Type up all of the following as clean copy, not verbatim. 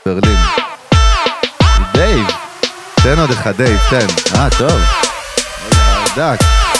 ברלין. דייב. תן עוד אחד, דייב, תן. טוב. דק.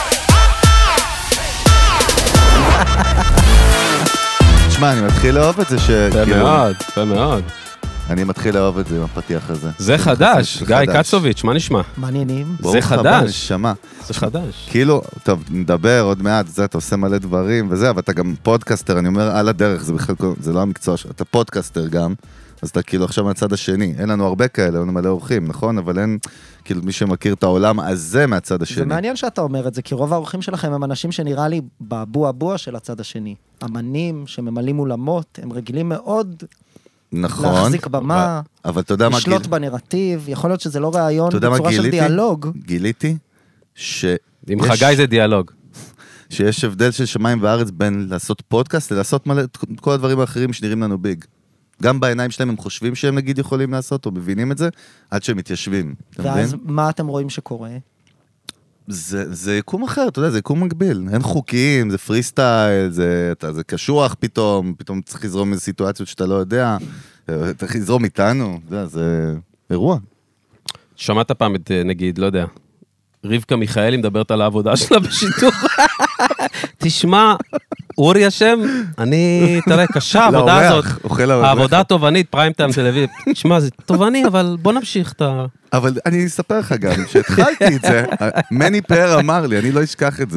תשמע, אני מתחיל לאהוב את זה יפה מאוד. אני מתחיל לאהוב את זה עם הפתיח הזה. זה חדש, גיא קצוביץ', מה נשמע? מעניינים. זה חדש. זה חדש. כאילו, טוב, נדבר עוד מעט, אתה עושה מלא דברים וזה, אבל אתה גם פודקאסטר, אני אומר על הדרך, זה לא המקצוע שלך, אתה פודקאסטר גם, אז אתה כאילו עכשיו מהצד השני, אין לנו הרבה כאלה, אין לנו מלא אורחים, נכון? אבל אין, כאילו, מי שמכיר את העולם הזה מהצד השני. זה מעניין שאתה אומר את זה, כי רוב האורחים שלכם הם אנשים שנראה לי בבוע של הצד השני. אמנים שממלאים אולמות, הם רגילים מאוד נכון. להחזיק במה, אבל אתה יודע מה לשלוט בנרטיב, יכול להיות שזה לא רעיון בצורה של דיאלוג. גיליתי עם חגי זה דיאלוג. שיש הבדל של שמיים וארץ בין לעשות פודקאסט ולעשות כל הדברים האחרים שנראים לנו ביג. גם בעיניים שלהם הם חושבים שהם נגיד יכולים לעשות, או מבינים את זה, עד שהם מתיישבים. ואז מה אתם רואים שקורה? זה יקום אחר, אתה יודע, זה יקום מקביל. אין חוקים, זה פרי סטייל, זה קשוח פתאום צריך לזרום איזה סיטואציות שאתה לא יודע, צריך לזרום איתנו, זה אירוע. שמעת פעם את, נגיד, לא יודע, רבקה מיכאלי מדברת על העבודה שלה בשיתוף. תשמע, אורי השם, תראה, קשה העבודה הזאת. העבודה התובענית, פריים טיים טלוויזיה. תשמע, זה תובעני, אבל בוא נמשיך את ה... אבל אני אספר לך גם, שהתחלתי את זה, מני פאר אמר לי, אני לא אשכח את זה.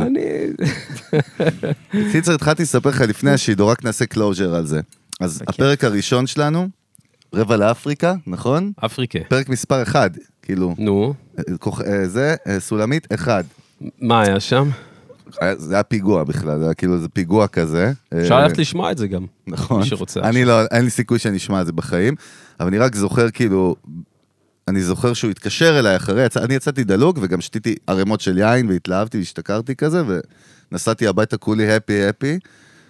קיצר, התחלתי לספר לך לפני השידור, רק נעשה קלוז'ר על זה. אז הפרק הראשון שלנו, רבע לאפריקה, נכון? אפריקה. פרק מספר 1, כאילו. נו. זה סולמית 1. מה היה שם? זה היה פיגוע בכלל, זה היה כאילו זה פיגוע כזה. אפשר ללכת לשמוע את זה גם. נכון. מי שרוצה. אין לי סיכוי שאני אשמע את זה בחיים, אבל אני רק זוכר כאילו, אני זוכר שהוא התקשר אליי אחרי, אני יצאתי דלוג וגם שתיתי ערימות של יין והתלהבתי והשתכרתי כזה, ונסעתי הביתה כולי הפי,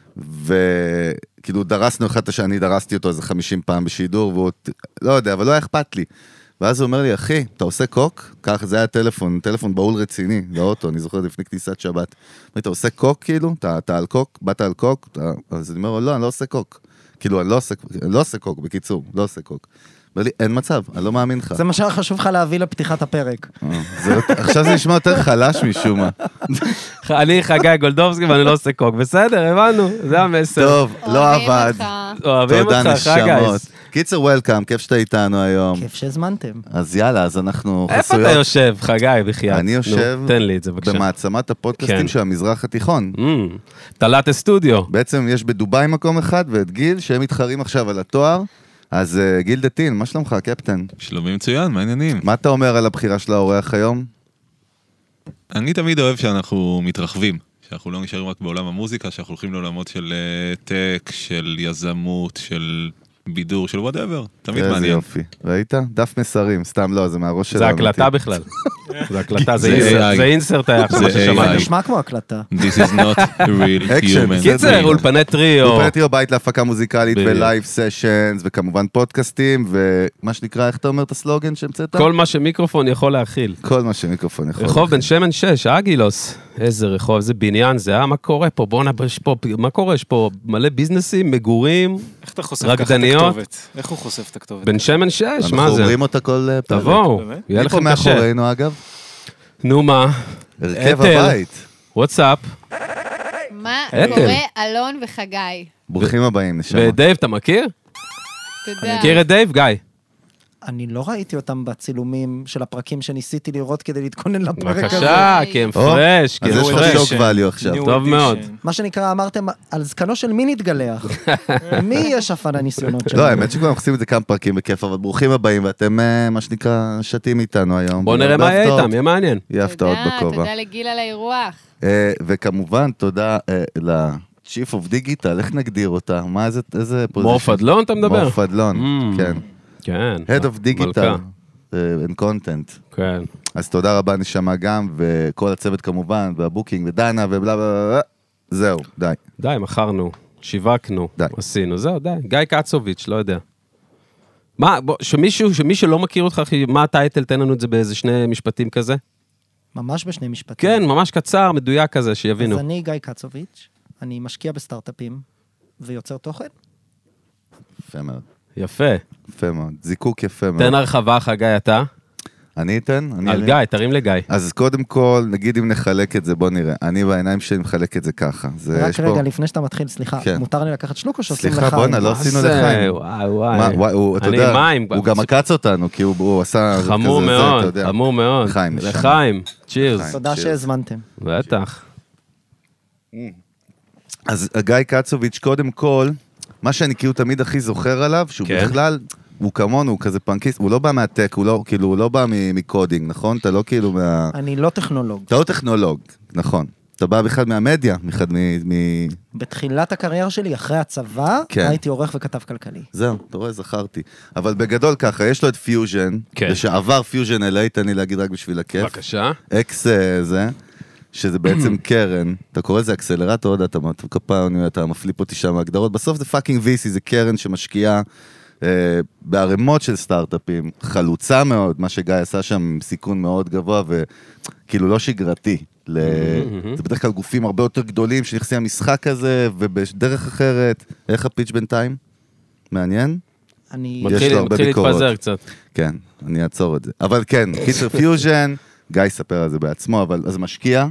וכאילו דרסנו אחד שאני דרסתי אותו איזה 50 פעם בשידור, והוא לא יודע, אבל לא היה אכפת לי. ואז הוא אומר לי, אחי, אתה עושה קוק? כך, זה היה טלפון בהול רציני, לאוטו, אני זוכר לפני כניסת שבת. אתה עושה קוק כאילו? אתה על קוק? באת על קוק? אז אני אומר לו, לא, אני לא עושה קוק. כאילו, אני לא עושה קוק, בקיצור, לא עושה קוק. אומר לי, אין מצב, אני לא מאמין לך. זה מה שחשוב לך להביא לפתיחת הפרק. עכשיו זה נשמע יותר חלש משום מה. אני חגי גולדובסקי ואני לא עושה קוק. בסדר, הבנו, זה המסר. טוב, לא עבד. אוהבים אותך, חגי. קיצר, וולקאם, כיף שאתה איתנו היום. כיף שהזמנתם. אז יאללה, אז אנחנו איפה אתה יושב, חגי, בחייאת? אני יושב תן לי את זה, בבקשה. במעצמת הפודקאסטים של המזרח התיכון. תלת הסטודיו. בעצם יש בדוביי מקום אחד, ואת גיל, שהם מתחרים עכשיו על התואר. אז גיל דתין, מה שלומך, קפטן? שלומי מצוין, מה העניינים? מה אתה אומר על הבחירה של האורח היום? אני תמיד אוהב שאנחנו מתרחבים, שאנחנו לא נשארים רק בעולם המוזיקה, שאנחנו הולכים לעולמות של טק, של יזמות, של בידור, של whatever, תמיד מעניין. איזה יופי, ראית? דף מסרים, סתם לא, זה מהראש שלנו. זה הקלטה בכלל. זה הקלטה, זה אינסרט היה, מה ששמעתי. נשמע כמו הקלטה. This is not real human. קיצר, אולפני טריו. אולפני טריו, בית להפקה מוזיקלית ולייב סשנס, וכמובן פודקאסטים, ומה שנקרא, איך אתה אומר את הסלוגן שהמצאת? כל מה שמיקרופון יכול להכיל. כל מה שמיקרופון יכול. רחוב בן שמן 6, גילוס. איזה רחוב, איזה בניין זה, מה קורה פה? בואו נבש פה, מה קורה? יש פה מלא ביזנסים, מגורים, איך אתה חושף ככה את הכתובת? איך הוא חושף את הכתובת? בן שמן 6, מה זה? אנחנו אומרים אותה כל פרק. תבואו, יהיה לכם קשה. מאחורינו אגב. נו מה? הרכב הבית. וואטסאפ. מה קורה אלון וחגי? ברוכים הבאים, נשמע. ודייב, אתה מכיר? תודה. מכיר את דייב, גיא? אני לא ראיתי אותם בצילומים של הפרקים שניסיתי לראות כדי להתכונן לפרק הזה. בבקשה, כי הם פרש, כי אז הם יש לך פרש. שוק ואליו עכשיו. טוב מאוד. מה שנקרא, אמרתם, על זקנו של מי נתגלח? מי יש אף על הניסיונות שלנו? לא, האמת שכבר עושים את זה כמה פרקים בכיף, אבל ברוכים הבאים, ואתם, מה שנקרא, שתים איתנו היום. בוא נראה מה יהיה איתם, יהיה מעניין. יהיה הפתעות בכובע. תודה לגיל על האירוח. וכמובן, תודה ל-Chief of Digital, איך נגדיר אותה? מה, איזה פוזישן? מורפדלון, אתה מדבר? מורפדלון, כן. כן. Head of Digital and Content. כן. אז תודה רבה נשמה גם, וכל הצוות כמובן, והבוקינג, ודנה, ובלה בלה, זהו, די. די, מכרנו, שיווקנו, עשינו, זהו, די. גיא קצוביץ', לא יודע. מה, שמי שלא מכיר אותך, מה הטייטל, תן לנו את זה באיזה 2 משפטים כזה? ממש בשני משפטים. כן, ממש קצר, מדויק כזה, שיבינו. אז אני גיא קצוביץ', אני משקיע בסטארט-אפים, ויוצר תוכן. יפה מאוד. יפה. יפה מאוד, זיקוק יפה מאוד. תן הרחבה, חגי, אתה? אני אתן? על גיא, תרים לגיא. אז קודם כל, נגיד אם נחלק את זה, בוא נראה. אני בעיניים שלי מחלק את זה ככה. רק רגע, לפני שאתה מתחיל, סליחה, מותר לי לקחת שלוק או שעושים לחיים? סליחה, בוא'נה, לא עשינו לחיים. וואי. אתה יודע, הוא גם עקץ אותנו, כי הוא עשה... חמור מאוד, חמור מאוד. לחיים, צ'ירס. תודה שהזמנתם. בטח. אז גיא קצוביץ', קודם כל, מה שאני כאילו תמיד הכי זוכר עליו, שהוא בכלל... הוא כמונו, הוא כזה פנקיסט, הוא לא בא מהטק, הוא לא בא מקודינג, נכון? אתה לא כאילו מה... אני לא טכנולוג. אתה לא טכנולוג, נכון. אתה בא בכלל מהמדיה, בתחילת הקריירה שלי, אחרי הצבא, הייתי עורך וכתב כלכלי. זהו, אתה רואה, זכרתי. אבל בגדול ככה, יש לו את פיוז'ן, ושעבר פיוז'ן אליי, תן לי להגיד רק בשביל הכיף. בבקשה. אקס זה, שזה בעצם קרן, אתה קורא לזה אקסלרטור, אתה מפליפ אותי שם מהגדרות, בסוף זה פאקינג VC, זה קרן שמשקיעה, בערימות של סטארט-אפים, חלוצה מאוד, מה שגיא עשה שם סיכון מאוד גבוה, וכאילו לא שגרתי. זה בדרך כלל גופים הרבה יותר גדולים שנכנסים למשחק הזה, ובדרך אחרת, איך הפיץ' בינתיים? מעניין? מתחיל להתפזר קצת. כן, אני אעצור את זה. אבל כן, קיצר פיוז'ן, גיא ספר על זה בעצמו, אבל אז משקיע,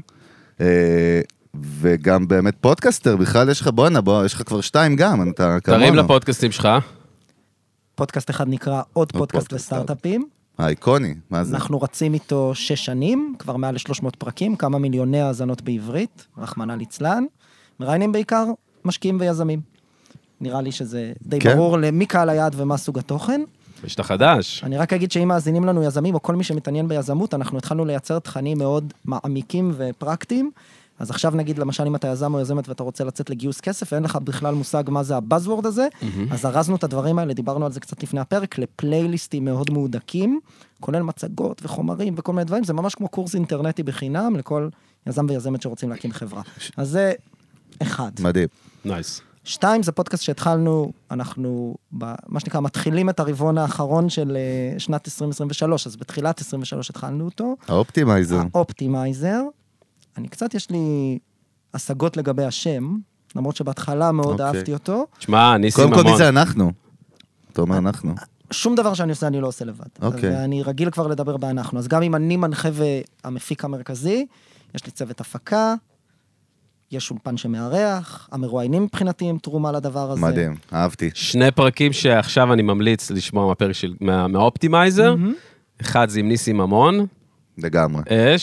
וגם באמת פודקאסטר, בכלל יש לך, יש לך כבר 2 גם, אתה כמונו. תרים לפודקאסטים שלך. פודקאסט אחד נקרא עוד פודקאסט לסטארט-אפים. האיקוני, מה זה? אנחנו רצים איתו 6 שנים, כבר מעל 300 פרקים, כמה מיליוני האזנות בעברית, רחמנא ליצלן, מראיינים בעיקר משקיעים ויזמים. נראה לי שזה די ברור למי קהל היעד ומה סוג התוכן. יש את החדש. אני רק אגיד שאם מאזינים לנו יזמים, או כל מי שמתעניין ביזמות, אנחנו התחלנו לייצר תכנים מאוד מעמיקים ופרקטיים, אז עכשיו נגיד, למשל, אם אתה יזם או יזמת ואתה רוצה לצאת לגיוס כסף, ואין לך בכלל מושג מה זה הבאזוורד הזה, אז הרזנו את הדברים האלה, דיברנו על זה קצת לפני הפרק, לפלייליסטים מאוד מהודקים, כולל מצגות וחומרים וכל מיני דברים, זה ממש כמו קורס אינטרנטי בחינם, לכל יזם ויזמת שרוצים להקים חברה. אז זה 1. מדהים. נייס. 2, זה פודקאסט שהתחלנו, אנחנו, מה שנקרא, מתחילים את הרבעון האחרון של שנת 2023, אז בתחילת 2023 התחלנו אותו. האופטימייזר. אני קצת, יש לי השגות לגבי השם, למרות שבהתחלה מאוד אהבתי אותו. תשמע, ניסים המון. קודם כל מי זה אנחנו? אתה אומר אנחנו. שום דבר שאני עושה, אני לא עושה לבד. ואני רגיל כבר לדבר באנחנו. אז גם אם אני מנחה והמפיק המרכזי, יש לי צוות הפקה, יש אולפן שמארח, המרואיינים מבחינתי עם תרומה לדבר הזה. מדהים, אהבתי. 2 פרקים שעכשיו אני ממליץ לשמוע מהפרק של, מהאופטימייזר. אחד זה עם ניסים המון. לגמרי.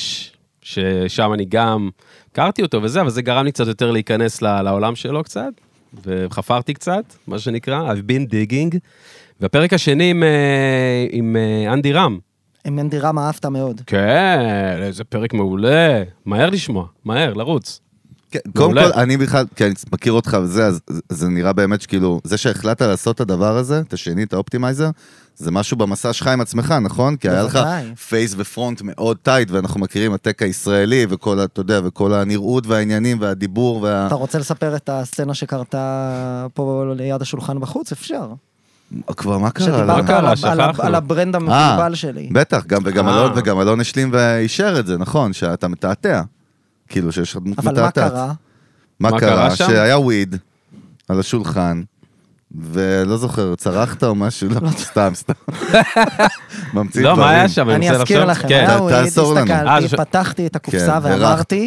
ששם אני גם הכרתי אותו וזה, אבל זה גרם לי קצת יותר להיכנס לעולם שלו קצת, וחפרתי קצת, מה שנקרא, I've been digging, והפרק השני עם אנדי רם. עם אנדי רם אהבת מאוד. כן, איזה פרק מעולה, מהר לשמוע, מהר, לרוץ. קודם כל, אני בכלל, כי אני מכיר אותך וזה, אז זה נראה באמת שכאילו, זה שהחלטת לעשות את הדבר הזה, את השני, את האופטימייזר, זה משהו במסע שלך עם עצמך, נכון? כי היה לך פייס ופרונט מאוד טייט, ואנחנו מכירים הטק הישראלי, וכל, אתה יודע, וכל הנראות והעניינים והדיבור אתה רוצה לספר את הסצנה שקרתה פה ליד השולחן בחוץ? אפשר. כבר מה קרה? שדיברת על הברנד המקובל שלי. בטח, וגם אלון השלים ואישר את זה, נכון? שאתה מתעתע. כאילו שיש דמות מתעתעת. אבל מה קרה? מה קרה? שהיה וויד על השולחן, ולא זוכר, צרחת או משהו? לא, סתם. ממציא דברים. לא, מה היה שם? אני אזכיר לכם, היה וויד, הסתכלתי, פתחתי את הקופסה ואמרתי,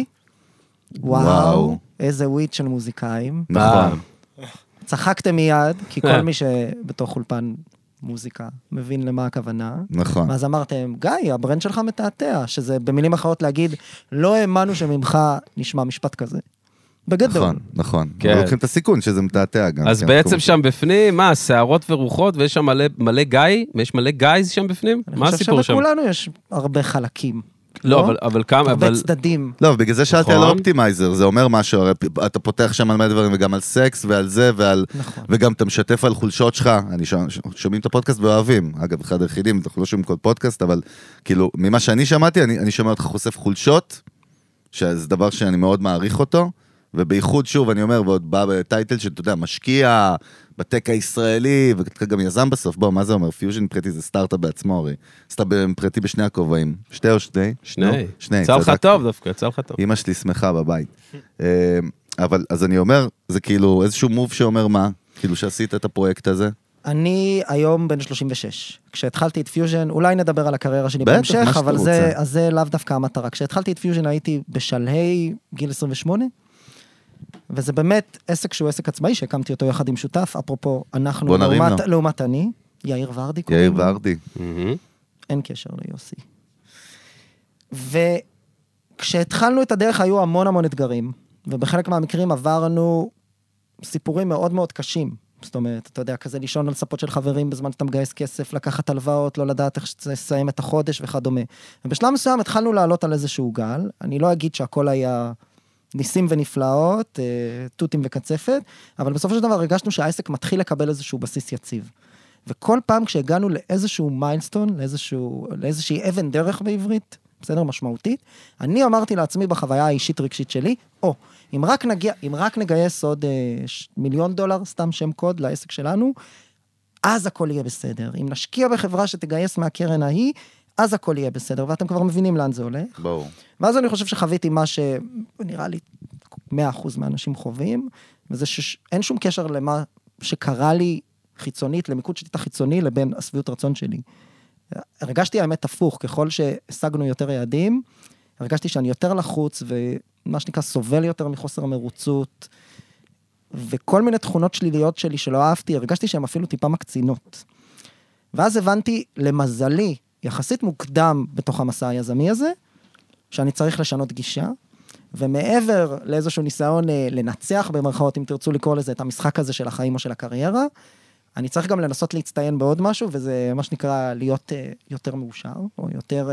וואו, איזה וויד של מוזיקאים. נכון. צחקתם מיד, כי כל מי שבתוך אולפן מוזיקה מבין למה הכוונה. נכון. ואז אמרתם, גיא, הברנד שלך מתעתע, שזה במילים אחרות להגיד, לא האמנו שממך נשמע משפט כזה. בגדול. נכון. לוקחים את הסיכון שזה מתעתע גם. אז בעצם שם בפנים, מה, שערות ורוחות, ויש שם מלא גיא, ויש מלא גייז שם בפנים? מה הסיפור שם? אני חושב שבכולנו יש הרבה חלקים. לא, אבל כמה... הרבה צדדים. לא, בגלל זה שאלתי על האופטימייזר, זה אומר משהו, אתה פותח שם על מלא דברים, וגם על סקס, ועל זה, וגם אתה משתף על חולשות שלך, שומעים את הפודקאסט ואוהבים, אגב, אחד היחידים, אנחנו לא שומעים כל פודקאסט, אבל כאילו, ממה שאני שמעתי, אני שומע אותך חושף חולשות, שזה דבר שאני מאוד מעריך אותו, ובייחוד שוב, אני אומר, ועוד בא בטייטל שאתה יודע, משקיע בטק הישראלי, וגם יזם בסוף, בוא, מה זה אומר? פיוז'ן מבחינתי זה סטארט-אפ בעצמו, הרי. סטארט-אפ מבחינתי בשני הכובעים. 2 או 2? שני. צא לך טוב דווקא, צא לך טוב. אמא שלי שמחה בבית. אבל, אז אני אומר, זה כאילו איזשהו מוב שאומר מה? כאילו שעשית את הפרויקט הזה? אני היום בן 36. כשהתחלתי את פיוז'ן, אולי נדבר על הקריירה שלי בהמשך, אבל זה לאו דווקא המטרה. כשהתחלתי את פיוז'ן הייתי בשלהי גיל 28, וזה באמת עסק שהוא עסק עצמאי, שהקמתי אותו יחד עם שותף, אפרופו, אנחנו לעומת אני, יאיר ורדי. יאיר ורדי. אין קשר ליוסי. וכשהתחלנו את הדרך היו המון המון אתגרים, ובחלק מהמקרים עברנו סיפורים מאוד מאוד קשים. זאת אומרת, אתה יודע, כזה לישון על ספות של חברים בזמן שאתה מגייס כסף, לקחת הלוואות, לא לדעת איך שתסיים את החודש וכדומה. ובשלב מסוים התחלנו לעלות על איזשהו גל, אני לא אגיד שהכל היה ניסים ונפלאות, תותים וקצפת, אבל בסופו של דבר הרגשנו שהעסק מתחיל לקבל איזשהו בסיס יציב. וכל פעם כשהגענו לאיזשהו מיילסטון, לאיזושהי אבן דרך בעברית, בסדר, משמעותית, אני אמרתי לעצמי בחוויה האישית רגשית שלי, אם רק נגייס עוד $1,000,000, סתם שם קוד לעסק שלנו, אז הכל יהיה בסדר. אם נשקיע בחברה שתגייס מהקרן ההיא, אז הכל יהיה בסדר, ואתם כבר מבינים לאן זה הולך. ברור. ואז אני חושב שחוויתי מה שנראה לי 100% מהאנשים חווים, וזה שאין שום קשר למה שקרה לי חיצונית, למיקוד שתית החיצוני, לבין הסביעות רצון שלי. הרגשתי האמת הפוך, ככל שהשגנו יותר יעדים, הרגשתי שאני יותר לחוץ, ומה שנקרא סובל יותר מחוסר מרוצות, וכל מיני תכונות שליליות שלי שלא אהבתי, הרגשתי שהן אפילו טיפה מקצינות. ואז הבנתי, למזלי, יחסית מוקדם בתוך המסע היזמי הזה, שאני צריך לשנות גישה, ומעבר לאיזשהו ניסיון לנצח במרכאות, אם תרצו לקרוא לזה, את המשחק הזה של החיים או של הקריירה, אני צריך גם לנסות להצטיין בעוד משהו, וזה מה שנקרא להיות יותר מאושר, או יותר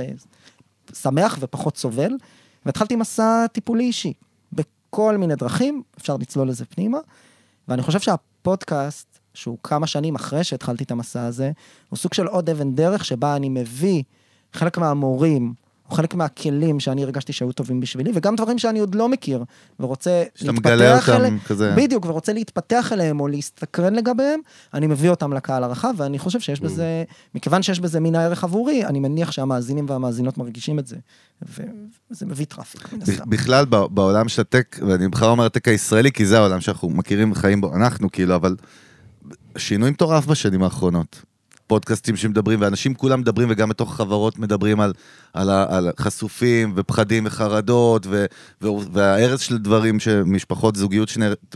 שמח ופחות סובל, והתחלתי מסע טיפולי אישי, בכל מיני דרכים, אפשר לצלול לזה פנימה, ואני חושב שהפודקאסט, שהוא כמה שנים אחרי שהתחלתי את המסע הזה, הוא סוג של עוד אבן דרך, שבה אני מביא חלק מהמורים, או חלק מהכלים שאני הרגשתי שהיו טובים בשבילי, וגם דברים שאני עוד לא מכיר, ורוצה להתפתח אליהם, בדיוק, ורוצה להתפתח אליהם, או להסתקרן לגביהם, אני מביא אותם לקהל הרחב, ואני חושב שיש בזה, מכיוון שיש בזה מין הערך עבורי, אני מניח שהמאזינים והמאזינות מרגישים את זה, וזה מביא טראפיק. בכלל, בעולם של הטק, ואני בכלל אומר הטק הישראלי, כי זה העולם שאנחנו מכירים חיים בו, אנחנו כאילו, אבל שינוי מטורף בשנים האחרונות. פודקאסטים שמדברים, ואנשים כולם מדברים, וגם בתוך חברות מדברים על חשופים, ופחדים וחרדות, והארץ של דברים שמשפחות זוגיות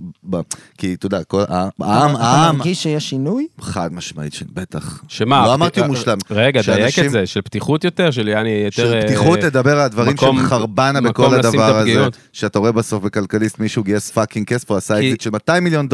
כי אתה יודע, העם... אתה מרגיש שיש שינוי? חד משמעית, בטח. שמה? לא אמרתי מושלם. רגע, דייק את זה, של פתיחות יותר, של יעני יותר... של פתיחות לדבר על הדברים של חרבנה בכל הדבר הזה, שאתה רואה בסוף בכלכליסט, מישהו גייס פאקינג כסף, הוא עשה אקזיט של $200 מיליון,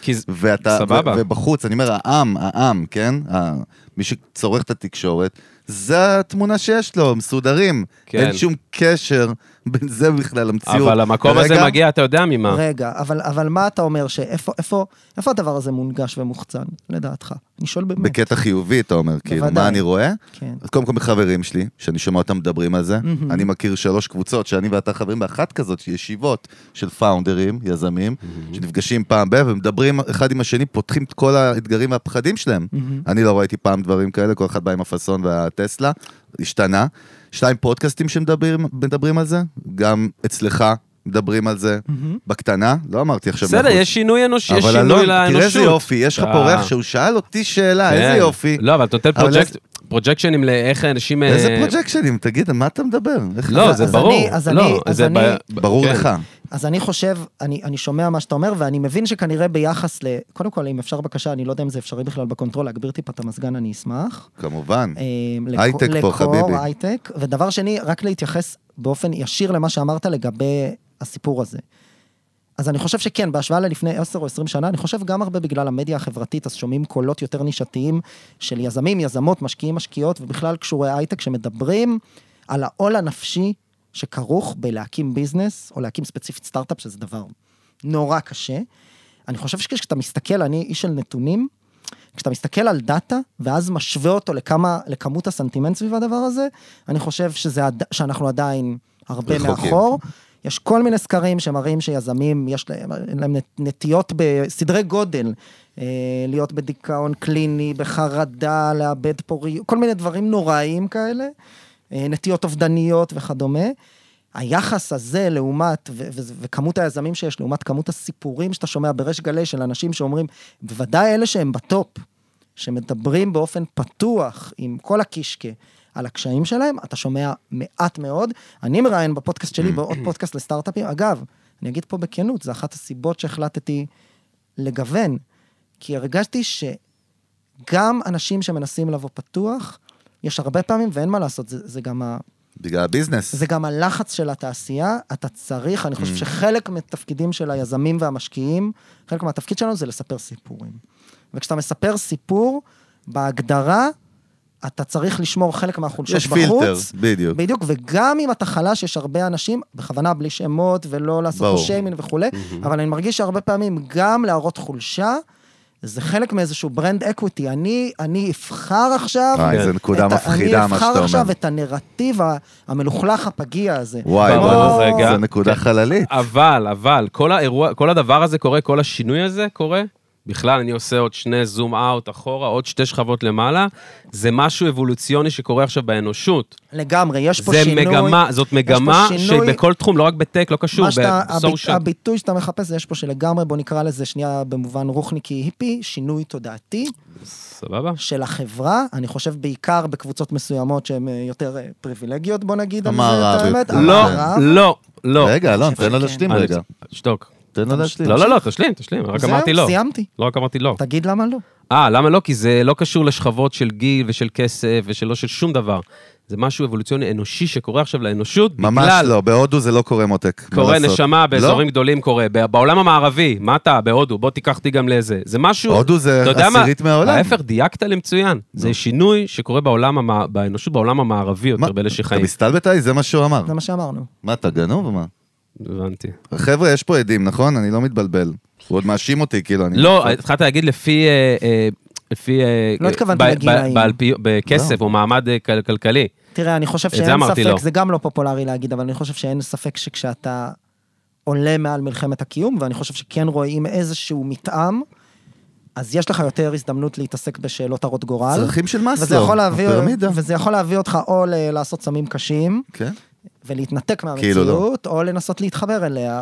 ובחוץ, אני אומר, העם, כן? מי שצורך את התקשורת, זה התמונה שיש לו, מסודרים. כן. אין שום קשר בין זה בכלל למציאות. אבל המקום הזה מגיע, אתה יודע ממה. רגע, אבל מה אתה אומר, איפה הדבר הזה מונגש ומוחצן, לדעתך? אני שואל באמת. בקטע חיובי, אתה אומר, כאילו, מה אני רואה? כן. אז קודם כל מחברים שלי, שאני שומע אותם מדברים על זה, אני מכיר 3 קבוצות, שאני ואתה חברים באחת כזאת, ישיבות של פאונדרים, יזמים, שנפגשים פעם ומדברים אחד עם השני, פותחים את כל האתגרים והפחדים שלהם. אני לא ראיתי פעם דברים כאלה, כל אחד בא עם הפסון והטסלה, השתנה. 2 פודקאסטים שמדברים על זה, גם אצלך מדברים על זה בקטנה, לא אמרתי עכשיו. בסדר, יש שינוי אנושי, יש שינוי לאנושות. תראה איזה יופי, יש לך פה אורח שהוא שאל אותי שאלה, איזה יופי. לא, אבל אתה נותן פרוג'קשנים לאיך אנשים... איזה פרוג'קשנים? תגיד, על מה אתה מדבר? לא, זה ברור. ברור לך. אז אני חושב, אני שומע מה שאתה אומר, ואני מבין שכנראה ביחס קודם כל, אם אפשר בקשה, אני לא יודע אם זה אפשרי בכלל בקונטרול, להגביר טיפה את המסגן, אני אשמח. כמובן. הייטק פה, חביבי. הייטק, ודבר שני, רק להתייחס באופן ישיר למה שאמרת לגבי הסיפור הזה. אז אני חושב שכן, בהשוואה ללפני 10 או 20 שנה, אני חושב גם הרבה בגלל המדיה החברתית, אז שומעים קולות יותר נישתיים של יזמים, יזמות, משקיעים, משקיעות, ובכלל קשורי הייטק שמדברים על העול הנפשי שכרוך בלהקים ביזנס, או להקים ספציפית סטארט-אפ, שזה דבר נורא קשה. אני חושב שכשאתה מסתכל, אני איש של נתונים, כשאתה מסתכל על דאטה, ואז משווה אותו לכמות הסנטימנט סביב הדבר הזה, אני חושב שאנחנו עדיין הרבה מאחור. יש כל מיני סקרים שמראים שיזמים, יש להם נטיות בסדרי גודל, להיות בדיכאון קליני, בחרדה, לאבד פורי, כל מיני דברים נוראיים כאלה, נטיות אובדניות וכדומה. היחס הזה לעומת, וכמות היזמים שיש, לעומת כמות הסיפורים שאתה שומע ברש גלי של אנשים שאומרים, בוודאי אלה שהם בטופ, שמדברים באופן פתוח עם כל הקישקה על הקשיים שלהם, אתה שומע מעט מאוד. אני מראיין בפודקאסט שלי, בעוד פודקאסט לסטארט-אפים. אגב, אני אגיד פה בכנות, זה אחת הסיבות שהחלטתי לגוון, כי הרגשתי שגם אנשים שמנסים לבוא פתוח, יש הרבה פעמים, ואין מה לעשות, זה גם בגלל הביזנס. זה גם הלחץ של התעשייה, אתה צריך, אני חושב שחלק מהתפקידים של היזמים והמשקיעים, חלק מהתפקיד שלנו זה לספר סיפורים. וכשאתה מספר סיפור, בהגדרה, אתה צריך לשמור חלק מהחולשות בחוץ. יש פילטר, בדיוק. בדיוק, וגם אם אתה חלש, יש הרבה אנשים, בכוונה בלי שמות, ולא לעשות פה שיימין וכו', אבל אני מרגיש שהרבה פעמים גם להראות חולשה, זה חלק מאיזשהו ברנד אקוויטי. אני אבחר עכשיו... זה נקודה מפחידה, מה שאתה אומר. אני אבחר עכשיו את הנרטיב המלוכלך הפגיע הזה. וואי, זה נקודה חללית. אבל, כל הדבר הזה קורה, כל השינוי הזה קורה, בכלל אני עושה עוד 2 זום אאוט אחורה, עוד 2 שכבות למעלה, זה משהו אבולוציוני שקורה עכשיו באנושות. לגמרי, יש פה שינוי. זאת מגמה שבכל תחום, לא רק בטק, לא קשור, בסושיאל. הביטוי שאתה מחפש, יש פה שלגמרי, בוא נקרא לזה שנייה במובן רוחניקי היפי, שינוי תודעתי. סבבה. של החברה, אני חושב בעיקר בקבוצות מסוימות שהן יותר פריבילגיות, בוא נגיד. לא. רגע, אלון, תן לו להשלים רגע. שתוק. תן לו להשלים. לא, תשלים, רק אמרתי לא. זהו, סיימתי. לא, רק אמרתי לא. תגיד למה לא. למה לא? כי זה לא קשור לשכבות של גיל ושל כסף ושלא של שום דבר. זה משהו אבולוציוני אנושי שקורה עכשיו לאנושות. ממש לא, בהודו זה לא קורה מותק. קורה נשמה, באזורים גדולים קורה. בעולם המערבי, מה אתה בהודו? בוא תיקחתי גם לזה. זה משהו... הודו זה עשירית מהעולם. ההפך, דייקת למצוין. זה שינוי שקורה באנושות בעולם המערבי יותר באלה שחיים. אתה מסתלבט עלי? זה מה שהוא אמר. זה מה שאמרנו. מה, אתה גנוב או מה? הבנתי. חבר'ה, יש פה עדים, נכון? אני לא מתבלבל. הוא עוד מאשים אותי, כאילו, אני... לא, התחלת להגיד לפי... לא התכוונתי לגילאים. בכסף או מעמד כלכלי. תראה, אני חושב שאין ספק, זה גם לא פופולרי להגיד, אבל אני חושב שאין ספק שכשאתה עולה מעל מלחמת הקיום, ואני חושב שכן רואים איזשהו מתאם, אז יש לך יותר הזדמנות להתעסק בשאלות הרות גורל. צרכים של מסלו, הפירמידה. וזה יכול להביא אותך או לעשות סמים קשים, כן. ולהתנתק מהמציאות, או לנסות להתחבר אליה.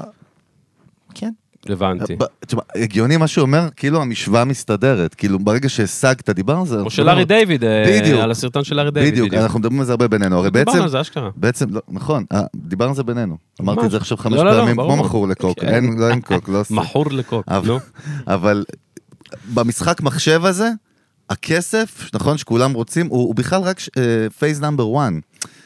כן. הבנתי. הגיוני מה שהוא אומר, כאילו המשוואה מסתדרת, כאילו ברגע שהשגת, דיברנו על זה. או של לארי דיוויד, על הסרטון של לארי דיוויד. בדיוק, אנחנו מדברים על זה הרבה בינינו, הרי בעצם... דיברנו על זה, אשכרה. בעצם, נכון, דיברנו על זה בינינו. אמרתי את זה עכשיו 5 פעמים, כמו מכור לקוק, אין קוק, לא עושה. מכור לקוק, נו. אבל במשחק מחשב הזה, הכסף, נכון, שכולם רוצים, הוא בכלל רק phase number 1.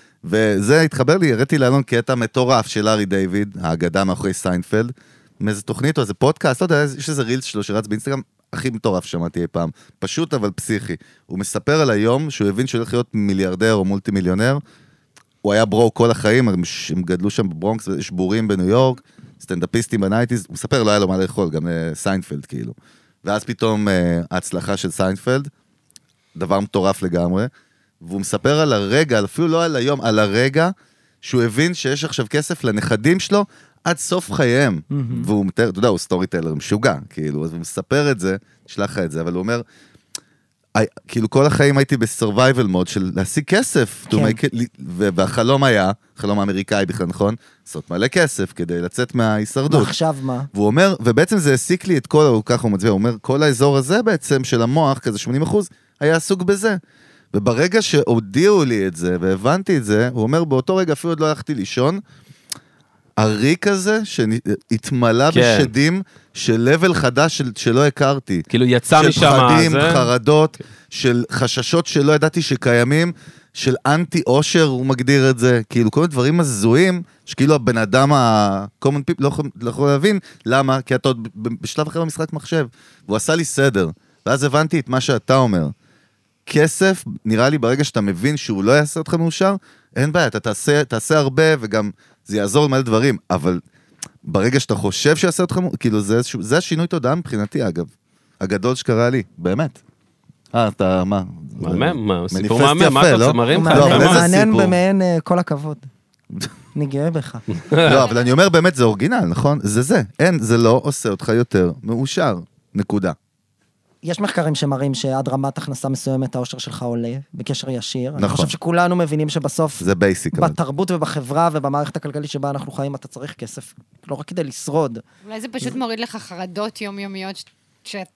וזה התחבר לי, הראיתי לאלון קטע מטורף של לארי דיוויד, האגדה מאחורי סיינפלד, מאיזה תוכנית או איזה פודקאסט, לא יודע, יש איזה רילס שלו שרץ באינסטגרם, הכי מטורף שמעתי אי פעם, פשוט אבל פסיכי. הוא מספר על היום שהוא הבין שהוא הולך להיות מיליארדר או מולטי מיליונר, הוא היה ברוק כל החיים, הם גדלו שם בברונקס, יש בורים בניו יורק, סטנדאפיסטים בנייטיז, הוא מספר, לא היה לו מה לאכול, גם סיינפלד כאילו. ואז פתאום ההצלחה של סיינפלד, דבר מטורף לגמרי, והוא מספר על הרגע, אפילו לא על היום, על הרגע, שהוא הבין שיש עכשיו כסף לנכדים שלו, עד סוף חייהם, והוא מתאר, אתה יודע, הוא סטורי טיילר משוגע, כאילו, אז הוא מספר את זה, נשלח לך את זה, אבל הוא אומר, כאילו כל החיים הייתי בסרווייבל מוד של להשיג כסף, והחלום היה, חלום האמריקאי בכלל, נכון? לעשות מלא כסף כדי לצאת מההישרדות. ועכשיו מה? והוא אומר, ובעצם זה הסיק לי את כל, ככה הוא מצביע, הוא אומר, כל האזור הזה בעצם של המוח, כזה 80%, היה עסוק בזה. וברגע שהודיעו לי את זה, והבנתי את זה, הוא אומר, באותו רגע אפילו עוד לא הלכתי לישון, הריק הזה שהתמלא בשדים של לבל חדש שלא הכרתי. כאילו יצא משם. של פחדים, חרדות, של חששות שלא ידעתי שקיימים, של אנטי אושר, הוא מגדיר את זה, כאילו כל מיני דברים הזויים, שכאילו הבן אדם ה-common people לא יכול להבין, למה? כי אתה עוד בשלב אחר במשחק מחשב, והוא עשה לי סדר, ואז הבנתי את מה שאתה אומר. כסף, נראה לי ברגע שאתה מבין שהוא לא יעשה אותך מאושר, אין בעיה, אתה תעשה הרבה וגם זה יעזור למלא דברים, אבל ברגע שאתה חושב שיעשה אותך, כאילו זה השינוי תודעה מבחינתי אגב, הגדול שקרה לי, באמת. אתה מה? סיפור מאמן, מה אתה רוצה מרים? מעניין במעין כל הכבוד. אני גאה בך. לא, אבל אני אומר באמת זה אורגינל, נכון? זה. אין, זה לא עושה אותך יותר מאושר, נקודה. יש מחקרים שמראים שעד רמת הכנסה מסוימת האושר שלך עולה, בקשר ישיר. אני חושב שכולנו מבינים שבסוף, זה בייסיק. בתרבות ובחברה ובמערכת הכלכלית שבה אנחנו חיים, אתה צריך כסף, לא רק כדי לשרוד. אולי זה פשוט מוריד לך חרדות יומיומיות,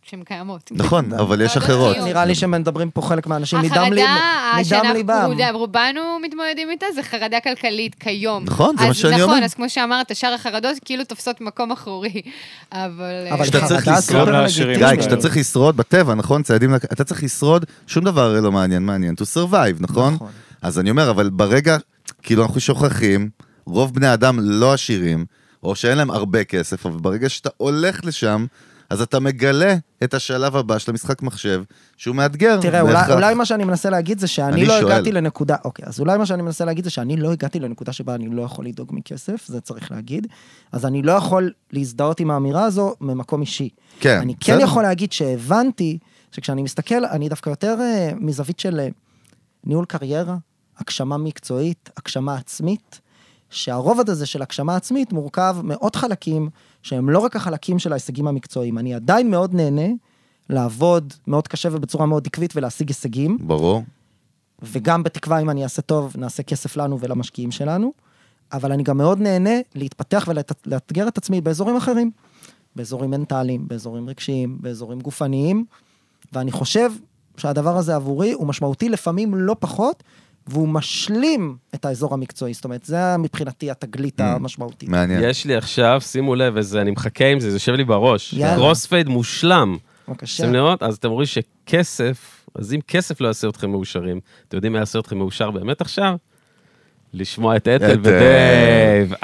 שהן קיימות. נכון, אבל יש אחרות. נראה לי שמדברים פה חלק מהאנשים מדם ליבם. רובנו מתמודדים איתה, זה חרדה כלכלית כיום. נכון, זה מה שאני אומר. נכון, אז כמו שאמרת, שאר החרדות כאילו תופסות מקום אחורי. אבל חרדה סופר לגיטימית. גיא, כשאתה צריך לשרוד בטבע, נכון? אתה צריך לשרוד, שום דבר לא מעניין, to survive, נכון? אז אני אומר, אבל ברגע, כאילו אנחנו שוכחים, רוב בני אדם לא עשירים, או שאין להם הרבה כסף, אבל ברגע שאתה הולך לשם, אז אתה מגלה את השלב הבא של המשחק מחשב, שהוא מאתגר. תראה, אולי מה שאני מנסה להגיד זה שאני לא הגעתי לנקודה, אוקיי, אז אולי מה שאני מנסה להגיד זה שאני לא הגעתי לנקודה שבה אני לא יכול לדאוג מכסף, זה צריך להגיד, אז אני לא יכול להזדהות עם האמירה הזו ממקום אישי. כן, אני כן יכול להגיד שהבנתי, שכשאני מסתכל, אני דווקא יותר מזווית של ניהול קריירה, הגשמה מקצועית, הגשמה עצמית, שהרובד הזה של הגשמה עצמית מורכב מאוד חלקים, שהם לא רק החלקים של ההישגים המקצועיים. אני עדיין מאוד נהנה לעבוד מאוד קשה ובצורה מאוד עקבית ולהשיג הישגים. ברור. וגם בתקווה אם אני אעשה טוב, נעשה כסף לנו ולמשקיעים שלנו. אבל אני גם מאוד נהנה להתפתח ולאתגר את עצמי באזורים אחרים. באזורים מנטליים, באזורים רגשיים, באזורים גופניים. ואני חושב שהדבר הזה עבורי הוא משמעותי לפעמים לא פחות, והוא משלים את האזור המקצועי, זאת אומרת, זה מבחינתי התגלית המשמעותית. מעניין. יש לי עכשיו, שימו לב, אני מחכה עם זה, זה יושב לי בראש. קרוספייד מושלם. שימו לראות, אז אתם רואים שכסף, אז אם כסף לא יעשה אתכם מאושרים, אתם יודעים מה יעשה אתכם מאושר באמת עכשיו? לשמוע את אתל ודייב.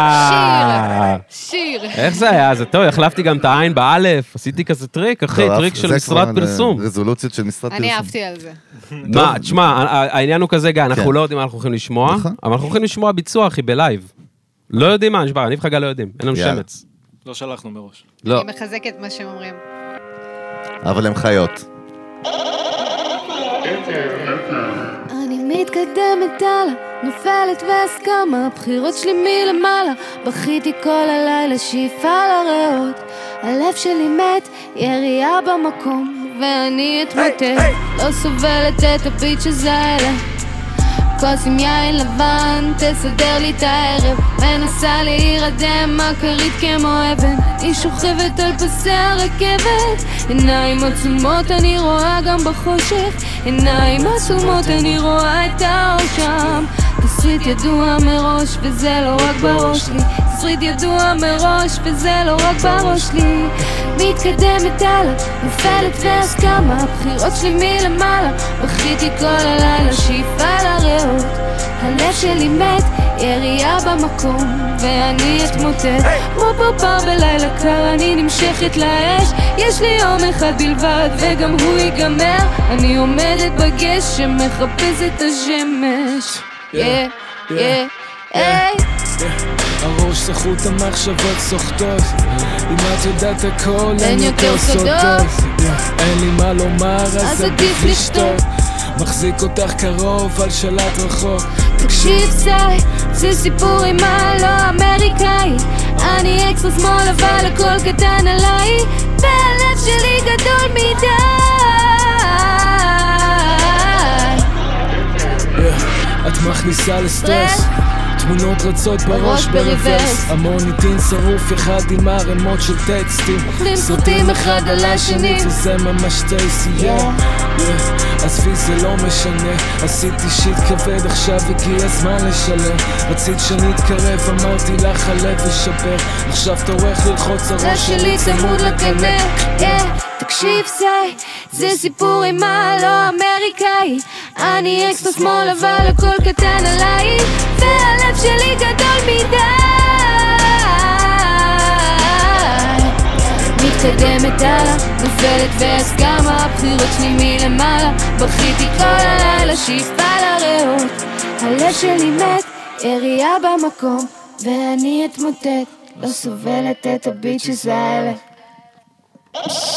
שיר. איך זה היה? זה טוב, החלפתי גם את העין באלף, עשיתי כזה טריק, אחי, טריק של משרד פרסום. רזולוציות של משרד פרסום. אני אהבתי על זה. מה, תשמע, העניין הוא כזה, אנחנו לא יודעים מה אנחנו הולכים לשמוע, אבל אנחנו הולכים לשמוע ביצוע, אחי, בלייב. לא יודעים מה, נשבר, אני וחגה לא יודעים, אין לנו שמץ. לא שלחנו מראש. לא. אני מחזקת מה שהם אומרים. אבל הם חיות. מתקדמת הלאה, נופלת והסכמה, הבחירות שלי מלמעלה, בכיתי כל הלילה, שאיפה לריאות, הלב שלי מת, ירייה במקום, ואני אתמוטט, לא סובלת את הביצ'ז האלה, כוס עם יין לבן, תסדר לי את הערב, מנסה להירדם, מקרית כמו אבן, היא שוכבת על פסי הרכבת, עיניים עצומות אני רואה גם בחושך, עיניים עצומות אני רואה את האור שם, תסריט ידוע מראש וזה לא רק בראש לי, תסריט ידוע מראש וזה לא רק בראש לי, מתקדמת הלאה, נופלת והסכמה, הבחירות שלי מלמעלה, בכיתי כל הלילה, שאיפה לריאות, הלב שלי מת, ירייה במקום, ואני אתמוטט, כמו פרפר בלילה קר, אני נמשכת לאש, יש לי יום אחד בלבד, וגם הוא ייגמר, אני עומדת בגשם, מחפשת את השמש, הראש סחוט המחשבות סוחטות, אם את יודעת הכל אין יותר סודות, אין לי מה לומר אז עדיף לשתות, מחזיק אותך קרוב על שלט רחוק, תקשיב זה סיפור עם מה לא אמריקאי, אני אקסטרה שמאל אבל הכל קטן עליי, והלב שלי גדול מדי, את מכניסה לסטרס, תמונות רצות בראש ברוורס, המוניטין שרוף אחד עם הרמות של טקסטים, סרטים אחד על השני וזה ממש טייסי, עזבי זה לא משנה, עשיתי שיט כבד עכשיו הגיע הזמן לשלם, רצית שנתקרב אמרתי לך הלב ושבר, עכשיו תורך ללחוץ הראש שלי צמוד לקנה, תקשיב זה סיפור עם מה לא אמריקאי, אני אקסטרה שמאל אבל הכל קטן עליי, והלב שלי גדול מדי, מתקדמת הלאה, נופלת והסכמה, הבחירות שלי מלמעלה, בכיתי כל הלילה, שאיפה לריאות, הלב שלי מת, ירייה במקום, ואני אתמוטט, לא סובלת את הביצ'ז האלה.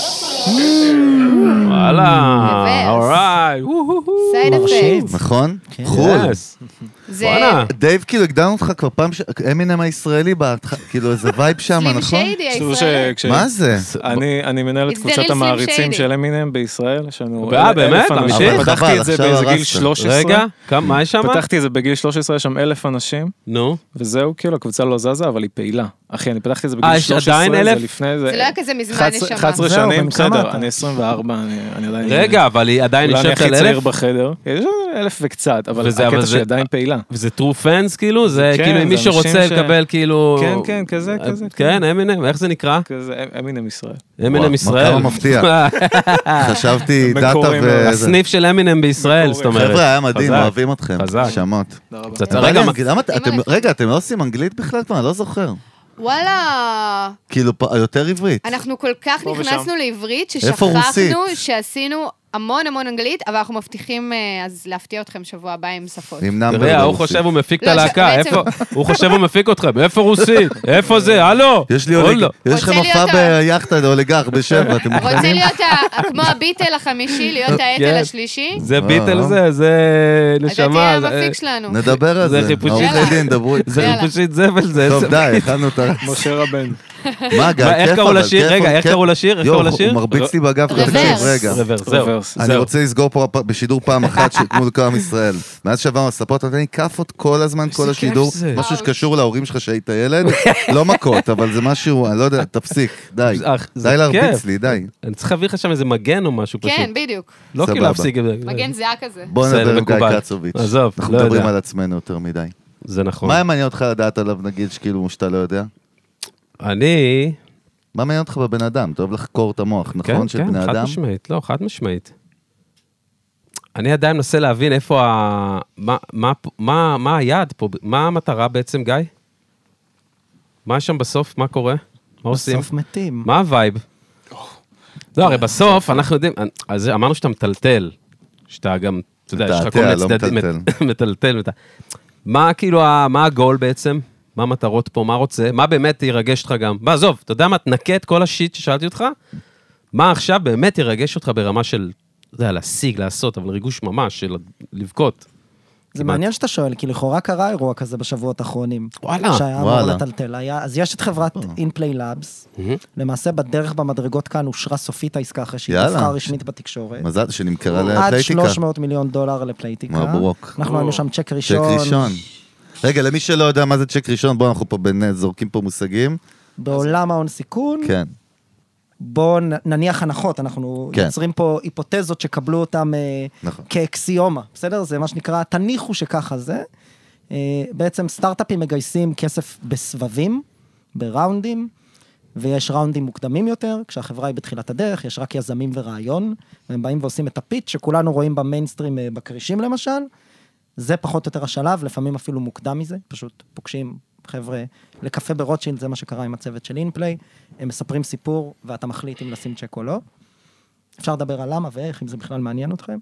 וואלה, אורייט, סייד אפקט. נכון? חול. זה... דייב, כאילו, הגדרנו אותך כבר פעם, אמינם הישראלי, כאילו, איזה וייב שם, נכון? סלים שיידי הישראלי. מה זה? אני מנהל את קבוצת המעריצים של אמינם בישראל, יש לנו... באמת? אמיתי? פתחתי את זה בגיל 13. רגע, מה יש שם? פתחתי את זה בגיל 13, יש שם 1,000 אנשים. נו. וזהו, כאילו, הקבוצה לא זזה, אבל היא פעילה. אחי, אני פתחתי את זה בגיל 13, עדיין 1,000? זה לפני... זה לא היה כזה מזמן נשמה. 11 שנים, בסדר, אני 24, אני עדיין... רגע, אבל היא עדיין נשארת על 1,000? אולי אני הכי צעיר בחדר. יש 1,000 וקצת, אבל הקטע שהיא עדיין פעילה. וזה true fans כאילו? זה כאילו מי שרוצה לקבל כאילו... כן, כזה. כן, אמינם, איך זה נקרא? כזה, אמינם ישראל. אמינם ישראל. כמה מפתיע. חשבתי דאטה ו... הסניף של אמינם בישראל, זאת אומרת. חבר'ה, היה מדהים, אוהבים אתכם. שמות. רגע, אתם לא עושים אנגלית בכלל כבר? אני לא זוכר. וואלה. כאילו, יותר עברית. אנחנו כל כך נכנסנו לעברית, איפה רוסית? ששכחנו שעשינו המון אנגלית, אבל אנחנו מבטיחים אז להפתיע אתכם שבוע הבא עם שפות. תראה, הוא חושב הוא מפיק את הלהקה, הוא חושב הוא מפיק אתכם, איפה רוסית? איפה זה? הלו? יש לכם מופע ביחטה אוליגרך בשבע, אתם מוכנים? רוצה להיות כמו הביטל החמישי, להיות האטל השלישי? זה ביטל זה נשמה. אתה תהיה המפיק שלנו. נדבר על זה. זה חיפושית זבל, זה... טוב, די, הכנו את... משה רבן. מה, גיא, איך קראו לשיר? רגע, איך קראו לשיר? הוא מרביץ לי בגב. רוורס. אני רוצה לסגור פה בשידור פעם אחת מול כל עם ישראל. מאז שעברנו לספות, נתן לי כאפות כל הזמן, כל השידור. משהו שקשור להורים שלך שהיית ילד. לא מכות, אבל זה משהו, אני לא יודע, תפסיק, די. די להרביץ לי, די. אני צריך להביא לך שם איזה מגן או משהו פשוט. כן, בדיוק. לא כאילו להפסיק. מגן זהה כזה. בוא נדבר עם גיא קצוביץ'. עזוב, אנחנו מדברים על עצמנו יותר מדי. זה נכון. מה מעניין אותך לדעת עליו, נגיד, שכאילו שאתה לא יודע? מה מעניין אותך בבן אדם? אתה אוהב לחקור את המוח, נכון? של בני אדם? כן, חד משמעית, לא, חד משמעית. אני עדיין מנסה להבין איפה מה היעד פה, מה המטרה בעצם, גיא? מה שם בסוף? מה קורה? מה עושים? בסוף מתים. מה הווייב? לא, הרי בסוף אנחנו יודעים, אז אמרנו שאתה מטלטל, שאתה גם, אתה יודע, יש לך כל מיני צדדים, מטלטל. מה כאילו, מה הגול בעצם? מה המטרות פה, מה רוצה, מה באמת ירגש אותך גם? עזוב, אתה יודע מה, תנקה את כל השיט ששאלתי אותך, מה עכשיו באמת ירגש אותך ברמה של, אתה יודע, להשיג, לעשות, אבל ריגוש ממש, של לבכות. זה מעניין שאתה שואל, כי לכאורה קרה אירוע כזה בשבועות האחרונים. וואלה. שהיה אמור לטלטל. אז יש את חברת InPlay Labs, למעשה בדרך במדרגות כאן אושרה סופית העסקה אחרי שהיא תפחה רשמית בתקשורת. מזל שנמכרה לפלייטיקה. עד $300 מיליון לפלייטיקה. מברוק. אנחנו היינו שם צ'ק ראשון. רגע, למי שלא יודע מה זה צ'ק ראשון, בואו אנחנו פה זורקים פה מושגים. בעולם ההון סיכון, כן. בואו נניח הנחות, אנחנו יוצרים פה היפותזות שקבלו אותם כאקסיומה, בסדר? זה מה שנקרא, תניחו שככה זה. בעצם סטארט-אפים מגייסים כסף בסבבים, בראונדים, ויש ראונדים מוקדמים יותר, כשהחברה היא בתחילת הדרך, יש רק יזמים ורעיון, והם באים ועושים את הפיץ' שכולנו רואים במיינסטרים בקרישים למשל, זה פחות או יותר השלב, לפעמים אפילו מוקדם מזה, פשוט פוגשים חבר'ה לקפה ברוטשילד, זה מה שקרה עם הצוות של אינפליי, הם מספרים סיפור, ואתה מחליט אם לשים צ'ק או לא. אפשר לדבר על למה ואיך, אם זה בכלל מעניין אתכם.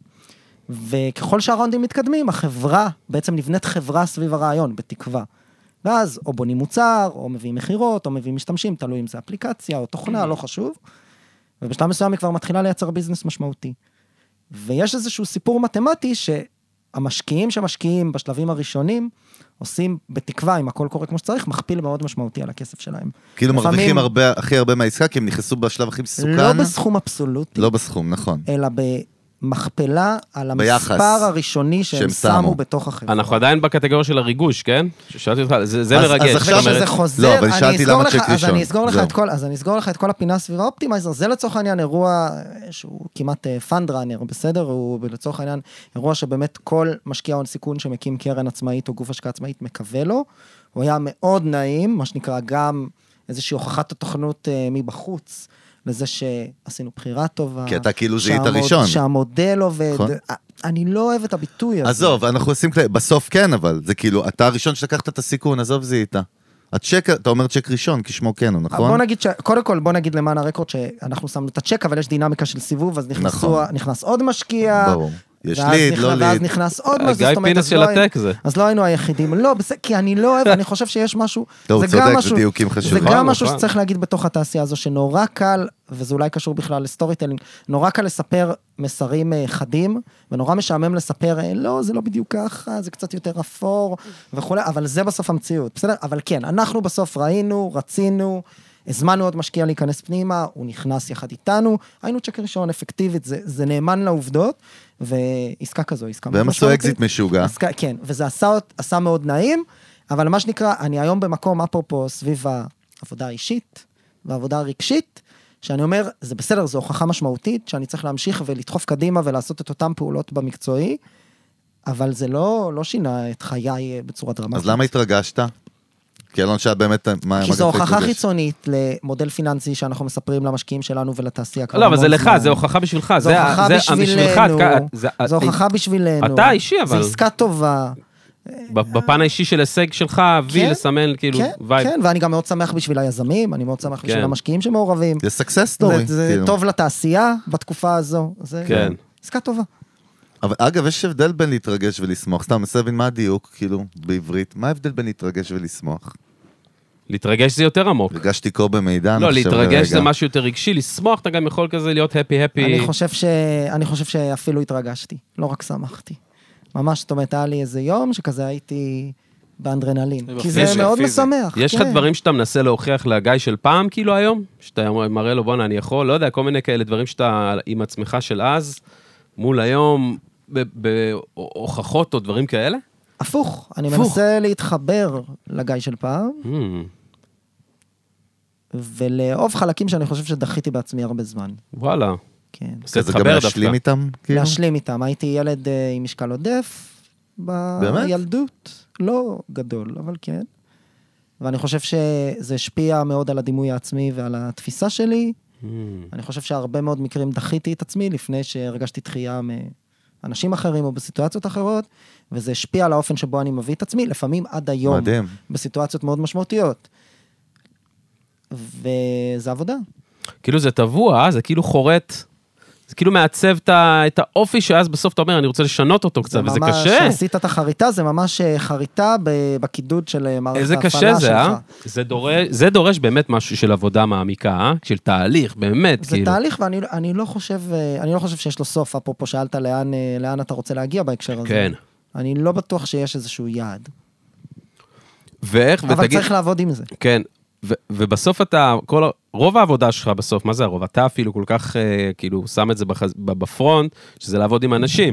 וככל שהראונדים מתקדמים, החברה, בעצם נבנית חברה סביב הרעיון, בתקווה. ואז או בונים מוצר, או מביאים מחירות, או מביאים משתמשים, תלוי אם זה אפליקציה או תוכנה, לא חשוב. ובשלב מסוים היא כבר מתחילה לייצר ביזנס משמעותי. ויש איזשהו סיפור מתמטי שהמשקיעים שמשקיעים בשלבים הראשונים, עושים בתקווה, אם הכל קורה כמו שצריך, מכפיל מאוד משמעותי על הכסף שלהם. כאילו מרוויחים הכי הרבה מהעסקה, כי הם נכנסו בשלב הכי מסוכן. לא בסכום אבסולוטי. לא בסכום, נכון. אלא במכפלה על המספר הראשוני שהם שמו בתוך החברה. אנחנו עדיין בקטגוריה של הריגוש, כן? ששאלתי אותך, זה מרגש. אז עכשיו שזה חוזר, לא, אבל שאלתי למה צ'ק ראשון. אז אני אסגור לך את כל הפינה סביב האופטימייזר, זה לצורך העניין אירוע שהוא כמעט פאנד ראנר, בסדר? הוא לצורך העניין אירוע שבאמת כל משקיע הון סיכון שמקים קרן עצמאית או גוף השקעה עצמאית מקווה לו, הוא היה מאוד נעים, מה שנקרא גם איזושהי הוכחת התוכנות מבחוץ, לזה שעשינו בחירה טובה. כי אתה כאילו זיהית הראשון. שהמודל עובד. אני לא אוהב את הביטוי הזה. עזוב, אנחנו עושים, בסוף כן, אבל זה כאילו, אתה הראשון שלקחת את הסיכון, עזוב זיהית. הצ'ק, אתה אומר צ'ק ראשון, כשמו כן, נכון? בוא נגיד, קודם כל, בוא נגיד למען הרקורד, שאנחנו שמנו את הצ'ק, אבל יש דינמיקה של סיבוב, אז נכנס עוד משקיע, יש ליד, לא ליד. ואז נכנס עוד משהו, גיא פינס של הטק זה. אז לא היינו היחידים. לא, כי אני לא אוהב, אני חושב שיש משהו... הוא צודק, זה דיוקים חשובים. זה גם משהו שצריך להגיד בתוך התעשייה הזו, שנורא קל, וזה אולי קשור בכלל לסטורי טלינג, נורא קל לספר מסרים חדים, ונורא משעמם לספר, לא, זה לא בדיוק ככה, זה קצת יותר אפור, וכו', אבל זה בסוף המציאות, בסדר? אבל כן, אנחנו בסוף ראינו, רצינו, הזמנו עוד משקיע להיכנס פנימה, הוא נכנס יחד איתנו, היינו צ'ק ראשון אפקטיבית, זה נאמן לעובדות, ועסקה כזו, עסקה והם עשו אקזיט משוגע. כן, וזה עשה מאוד נעים, אבל מה שנקרא, אני היום במקום, אפרופו, סביב העבודה האישית, והעבודה הרגשית, שאני אומר, זה בסדר, זו הוכחה משמעותית, שאני צריך להמשיך ולדחוף קדימה, ולעשות את אותם פעולות במקצועי, אבל זה לא שינה את חיי בצורה דרמטית. אז למה התרגשת? כי אלון שאת באמת... כי זו הוכחה חיצונית למודל פיננסי שאנחנו מספרים למשקיעים שלנו ולתעשייה. לא, אבל זה לך, זה הוכחה בשבילך. זו הוכחה בשבילנו. זו הוכחה בשבילנו. אתה אישי, אבל... זו עסקה טובה. בפן האישי של הישג שלך, וי לסמן כאילו וייב. כן, ואני גם מאוד שמח בשביל היזמים, אני מאוד שמח בשביל המשקיעים שמעורבים. זה success story. זה טוב לתעשייה בתקופה הזו. זה עסקה טובה. אבל אגב, יש הבדל בין להתרגש ולשמוח. סתם, מנסה להבין מה הדיוק, כאילו, בעברית. מה ההבדל בין להתרגש ולשמוח? להתרגש זה יותר עמוק. הרגשתי קור במידע. לא, להתרגש זה משהו יותר רגשי, לשמוח אתה גם יכול כזה להיות הפי. אני חושב שאפילו התרגשתי, לא רק שמחתי. ממש, זאת אומרת, היה לי איזה יום שכזה הייתי באנדרנלין. כי זה מאוד משמח. יש לך דברים שאתה מנסה להוכיח לגיא של פעם, כאילו היום? שאתה מראה לו, בוא'נה, אני יכול, לא יודע, כל מיני כאלה דברים שאתה עם עצמך של אז, מול היום, בהוכחות או דברים כאלה? הפוך, אני מנסה להתחבר לגיא של פעם, ולאהוב חלקים שאני חושב שדחיתי בעצמי הרבה זמן. וואלה. כן. זה גם להשלים איתם? להשלים איתם. הייתי ילד עם משקל עודף בילדות. לא גדול, אבל כן. ואני חושב שזה השפיע מאוד על הדימוי העצמי ועל התפיסה שלי. אני חושב שהרבה מאוד מקרים דחיתי את עצמי לפני שהרגשתי דחייה מאנשים אחרים או בסיטואציות אחרות, וזה השפיע על האופן שבו אני מביא את עצמי, לפעמים עד היום. מדהים. בסיטואציות מאוד משמעותיות. וזה עבודה. כאילו זה טבוע, זה כאילו חורט, זה כאילו מעצב את האופי שאז בסוף אתה אומר, אני רוצה לשנות אותו קצת, וזה קשה. שעשית את החריטה, זה ממש חריטה בקידוד של מערכת ההפעלה שלך. איזה קשה זה, זה דורש באמת משהו של עבודה מעמיקה, של תהליך, באמת. זה תהליך, ואני לא חושב שיש לו סוף, אפרופו שאלת לאן אתה רוצה להגיע בהקשר הזה. כן. אני לא בטוח שיש איזשהו יעד. ואיך, אבל צריך לעבוד עם זה. כן. ובסוף רוב העבודה שלך בסוף, מה זה הרוב? אתה אפילו כל כך, כאילו, שם את זה בפרונט, שזה לעבוד עם אנשים.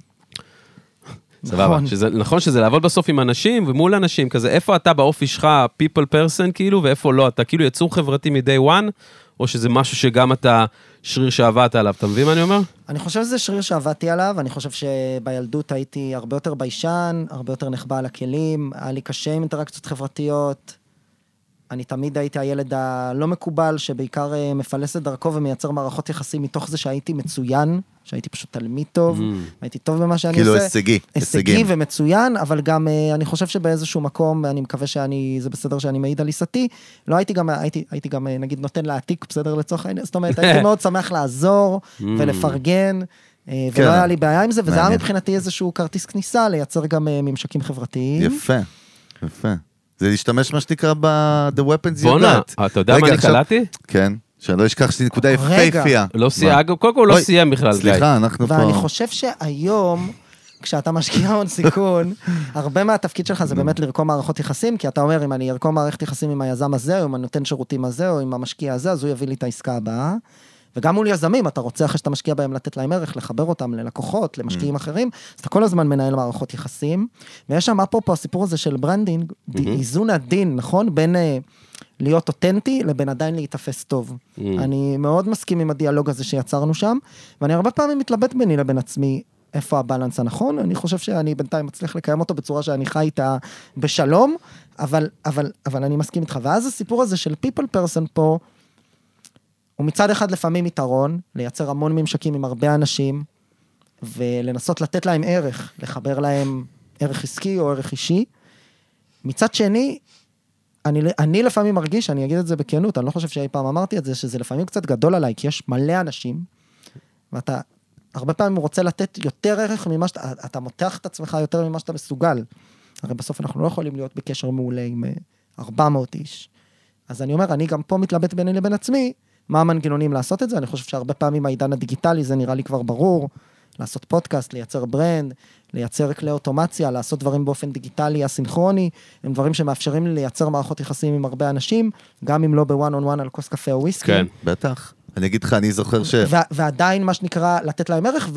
סבבה. נכון שזה לעבוד בסוף עם אנשים ומול אנשים, כזה, איפה אתה באופי שלך, people person, כאילו, ואיפה לא? אתה כאילו יצור חברתי מ-day one, או שזה משהו שגם אתה שריר שעבדת עליו, אתה מבין מה אני אומר? אני חושב שזה שריר שעבדתי עליו, אני חושב שבילדות הייתי הרבה יותר ביישן, הרבה יותר נחבא על הכלים, היה לי קשה עם אינטראקציות חברתיות, אני תמיד הייתי הילד הלא מקובל, שבעיקר מפלס את דרכו ומייצר מערכות יחסים מתוך זה שהייתי מצוין, שהייתי פשוט תלמיד טוב, הייתי טוב במה שאני עושה. כאילו הישגי. הישגי ומצוין, אבל גם אני חושב שבאיזשהו מקום, אני מקווה זה בסדר שאני מעיד על עיסתי, לא הייתי גם, נגיד, נותן להעתיק, בסדר לצורך העניין, זאת אומרת, הייתי מאוד שמח לעזור ולפרגן, ולא היה לי בעיה עם זה, וזה היה מבחינתי איזשהו כרטיס כניסה, לייצר גם ממשקים חברתיים. יפה, יפה. זה להשתמש מה שתקרא ב-The Weapons You Got. אתה יודע מה אני קלטתי? כן, שאני לא אשכח שזו נקודה יפהפייה. לא סייע, קודם כל לא סייע בכלל. סליחה, אנחנו פה... ואני חושב שהיום, כשאתה משקיע הון סיכון, הרבה מהתפקיד שלך זה באמת לרקום מערכות יחסים, כי אתה אומר, אם אני ארקום מערכת יחסים עם היזם הזה, או עם הנותן שירותים הזה, או עם המשקיע הזה, אז הוא יביא לי את העסקה הבאה. וגם מול יזמים, אתה רוצה אחרי שאתה משקיע בהם לתת להם ערך, לחבר אותם ללקוחות, למשקיעים אחרים, אז אתה כל הזמן מנהל מערכות יחסים, ויש שם אפרופו הסיפור הזה של ברנדינג, איזון הדין, נכון? בין להיות אותנטי לבין עדיין להתאפס טוב. אני מאוד מסכים עם הדיאלוג הזה שיצרנו שם, ואני הרבה פעמים מתלבט ביני לבין עצמי, איפה הבלנס הנכון, אני חושב שאני בינתיים מצליח לקיים אותו בצורה שאני חי איתה בשלום, אבל אני מסכים איתך, ואז הסיפור הזה של people person פה, ומצד אחד לפעמים יתרון, לייצר המון ממשקים עם הרבה אנשים, ולנסות לתת להם ערך, לחבר להם ערך עסקי או ערך אישי. מצד שני, אני לפעמים מרגיש, אני אגיד את זה בכנות, אני לא חושב שאי פעם אמרתי את זה, שזה לפעמים קצת גדול עליי, כי יש מלא אנשים, ואתה הרבה פעמים הוא רוצה לתת יותר ערך ממה אתה מותח את עצמך יותר ממה שאתה מסוגל. הרי בסוף אנחנו לא יכולים להיות בקשר מעולה עם 400 איש. אז אני אומר, אני גם פה מתלבט ביני לבין עצמי, מה המנגנונים לעשות את זה? אני חושב שהרבה פעמים העידן הדיגיטלי, זה נראה לי כבר ברור, לעשות פודקאסט, לייצר ברנד, לייצר כלי אוטומציה, לעשות דברים באופן דיגיטלי, הסינכרוני, הם דברים שמאפשרים לי לייצר מערכות יחסים עם הרבה אנשים, גם אם לא בוואן און וואן על כוס קפה או וויסקי. כן, בטח. אני אגיד לך, אני זוכר ועדיין מה שנקרא, לתת להם ערך,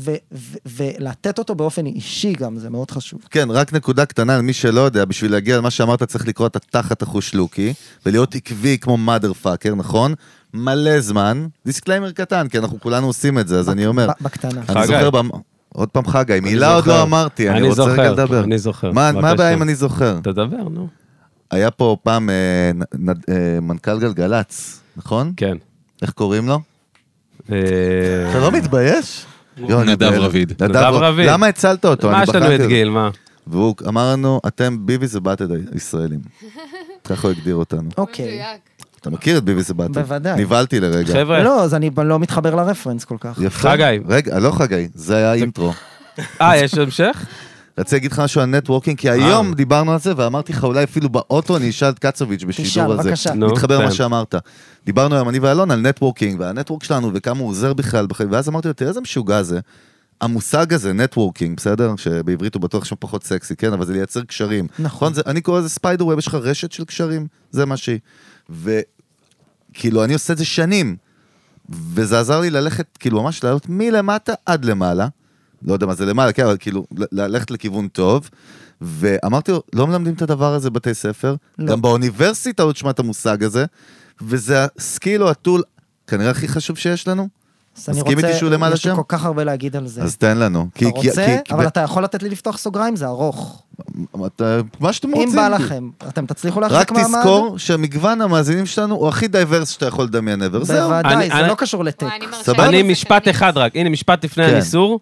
ולתת אותו באופן אישי גם, זה מאוד חשוב. כן, רק נקודה קטנה, למי שלא יודע, בשביל להגיע למה שאמרת, צריך לקרוא את התחת החושלוקי, ולהיות עקבי כמו motherfucker, נכון? מלא זמן, דיסקליימר קטן, כי אנחנו כולנו עושים את זה, אז אני אומר. בקטנה. אני זוכר, עוד פעם חגי, מילה עוד לא אמרתי, אני רוצה רגע לדבר. אני זוכר. מה הבעיה אם אני זוכר? תדבר, נו. היה פה פעם מנכ"ל גלגלץ, נכון? כן. איך קוראים לו? אתה לא מתבייש? נדב רביד. נדב רביד. למה הצלת אותו? מה יש לנו את גיל, מה? והוא אמר לנו, אתם ביבי זה באטד הישראלים. ככה הוא הגדיר אותנו. אוקיי. אתה מכיר את ביבי זה באטד? בוודאי. נבלתי לרגע. חבר'ה. לא, אז אני לא מתחבר לרפרנס כל כך. יפה. חגי. רגע, לא חגי, זה היה אינטרו. יש המשך? רציתי להגיד לך משהו על נטוורקינג, כי היום דיברנו על זה, ואמרתי לך, אולי אפילו באוטו אני אשאל את קצוביץ' בשידור הזה. בבקשה. מתחבר למה שאמרת. דיברנו היום, אני ואלון, על נטוורקינג, והנטוורק שלנו, וכמה הוא עוזר בכלל, ואז אמרתי לו, תראה איזה משוגע זה, המושג הזה, נטוורקינג, בסדר? שבעברית הוא בטוח שם פחות סקסי, כן? אבל זה לייצר קשרים. נכון. אני קורא לזה ספיידר ווב, יש לך רשת של קשרים, זה מה שהיא. וכאילו, אני עושה את זה שנים, וזה עזר לי ללכת, כאילו, ממש לעלות מלמטה עד למעלה, לא יודע מה זה למעלה, כן, אבל כאילו, ללכת לכיוון טוב, ואמרתי לו, לא מלמדים את הדבר הזה בבתי ספר, גם באוניברסיטה עוד שמע את המושג הזה, וזה הסקיל או הטול, כנראה הכי חשוב שיש לנו. מסכים איתי שהוא למעלה שם? יש לי כל כך הרבה להגיד על זה. אז תן לנו. אתה רוצה, אבל אתה יכול לתת לי לפתוח סוגריים, זה ארוך. מה שאתם רוצים. אם בא לכם, אתם תצליחו להחזיק מעמד? רק תזכור שמגוון המאזינים שלנו הוא הכי דייברס שאתה יכול לדמיין עבר. זהו. בוודאי, זה לא קשור לטק. אני משפט אחד רק, הנה משפט לפני הניסור,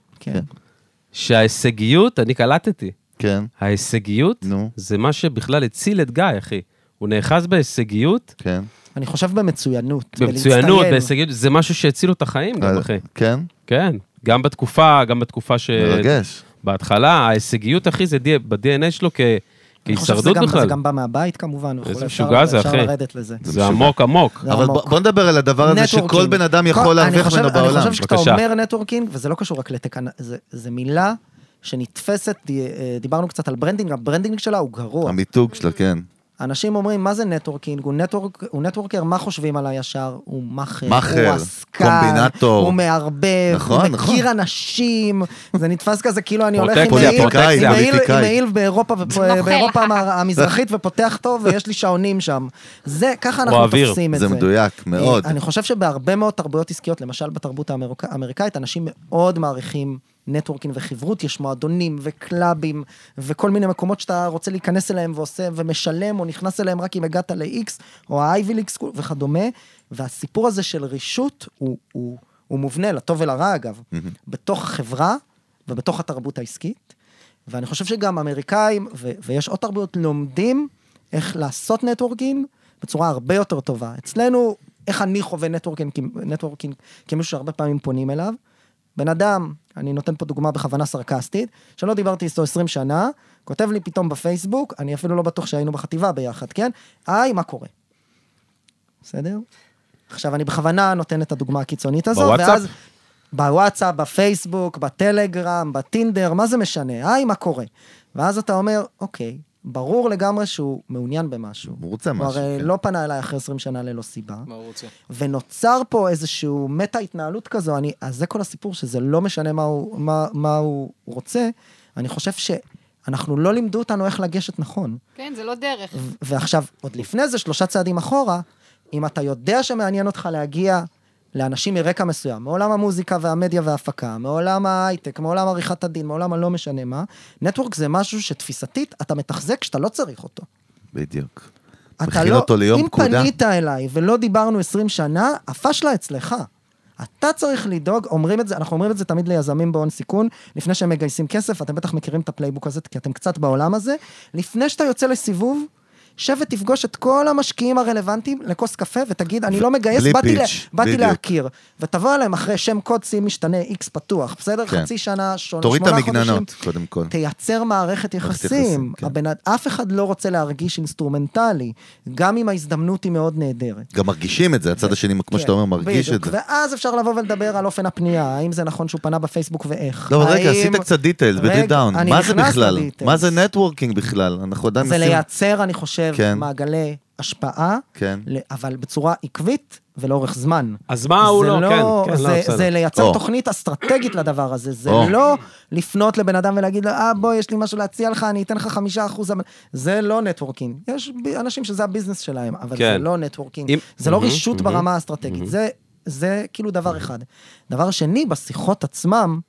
שההישגיות, אני קלטתי. כן. ההישגיות זה מה שבכלל הציל את גיא, אחי. הוא נאחז בהישגיות. כן. אני חושב במצוינות. במצוינות, בהישגיות, זה משהו שהצילו את החיים גם, אחי. כן? כן. גם בתקופה ש... מרגש. בהתחלה, ההישגיות, אחי, זה ב-DNA שלו כהישרדות בכלל. אני חושב שזה גם בא מהבית, כמובן. איזה משוגע זה, אחי. אפשר לרדת לזה. זה עמוק, עמוק. אבל בוא נדבר על הדבר הזה שכל בן אדם יכול להרוויח ממנו בעולם. אני חושב שאתה אומר נטוורקינג, וזה לא קשור רק לטק, זה מילה שנתפסת, דיברנו קצת על ברנדינג, הברנדינג שלה הוא גרוע. המיתוג שלה, כן. אנשים אומרים, מה זה נטוורקינג? הוא נטוורקר, מה חושבים על הישר? הוא מחר, הוא עסקן, קומבינטור. הוא מערבב, הוא מכיר אנשים, זה נתפס כזה, כאילו אני הולך עם מעיל באירופה המזרחית ופותח טוב, ויש לי שעונים שם. זה, ככה אנחנו תופסים את זה. זה מדויק, מאוד. אני חושב שבהרבה מאוד תרבויות עסקיות, למשל בתרבות האמריקאית, אנשים מאוד מעריכים נטוורקינג וחברות, יש מועדונים וקלאבים, וכל מיני מקומות שאתה רוצה להיכנס אליהם ועושה ומשלם, או נכנס אליהם רק אם הגעת ל-X, או ה-Ivy League School וכדומה, והסיפור הזה של רישות, הוא מובנה, לטוב ולרע אגב, בתוך החברה, ובתוך התרבות העסקית, ואני חושב שגם אמריקאים, ויש עוד תרבויות, לומדים איך לעשות נטוורקינג, בצורה הרבה יותר טובה. אצלנו, איך אני חווה נטוורקינג, כמישהו שהרבה פעמים פונים אליו, בן אדם, אני נותן פה דוגמה בכוונה סרקסטית, שלא דיברתי איתו 20 שנה, כותב לי פתאום בפייסבוק, אני אפילו לא בטוח שהיינו בחטיבה ביחד, כן? מה קורה? בסדר? עכשיו, אני בכוונה נותן את הדוגמה הקיצונית הזו, ואז בוואטסאפ, בפייסבוק, בטלגרם, בטינדר, מה זה משנה? מה קורה? ואז אתה אומר, אוקיי, ברור לגמרי שהוא מעוניין במשהו. הוא רוצה משהו. הוא הרי לא פנה אליי אחרי 20 שנה ללא סיבה. מה הוא רוצה? ונוצר פה איזשהו מטה התנהלות כזו, אז זה כל הסיפור, שזה לא משנה מה הוא רוצה. אני חושב שאנחנו לא לימדו אותנו איך לגשת נכון. כן, זה לא דרך. ועכשיו, עוד לפני זה, 3 צעדים אחורה, אם אתה יודע שמעניין אותך להגיע לאנשים מרקע מסוים, מעולם המוזיקה והמדיה וההפקה, מעולם ההייטק, מעולם עריכת הדין, מעולם הלא משנה מה, נטוורק זה משהו שתפיסתית אתה מתחזק שאתה לא צריך אותו. בדיוק. מכין אותו ליום פקודה. אם פנית אליי ולא דיברנו 20 שנה, הפשלה אצלך. אתה צריך לדאוג, אנחנו אומרים את זה תמיד ליזמים בהון סיכון, לפני שהם מגייסים כסף, אתם בטח מכירים את הפלייבוק הזה, כי אתם קצת בעולם הזה, לפני שאתה יוצא לסיבוב, שב ותפגוש את כל המשקיעים הרלוונטיים לכוס קפה, ותגיד, אני לא מגייס, באתי להכיר. ותבוא עליהם אחרי שם קוד סים משתנה, X פתוח, בסדר? חצי שנה, 8 חודשים. תוריד את המגננות, קודם כל. תייצר מערכת יחסים. אף אחד לא רוצה להרגיש אינסטרומנטלי, גם אם ההזדמנות היא מאוד נהדרת. גם מרגישים את זה, הצד השני, כמו שאתה אומר, מרגיש את זה. ואז אפשר לבוא ולדבר על אופן הפנייה, האם זה נכון שהוא פנה בפייסבוק ואיך. לא, רגע, עשית קצת דיטיילס, בדיט דאון. מה זה בכלל? מה זה נטוורקינג בכלל? זה לייצר, אני חושב, מעגלי השפעה, אבל בצורה עקבית ולאורך זמן. אז מה הוא לא? זה לייצר תוכנית אסטרטגית לדבר הזה, זה לא לפנות לבן אדם ולהגיד לו, בוא, יש לי משהו להציע לך, אני אתן לך 5%, זה לא נטוורקינג. יש אנשים שזה הביזנס שלהם, אבל זה לא נטוורקינג. זה לא רישות ברמה האסטרטגית, זה כאילו דבר אחד. דבר שני, בשיחות עצמם,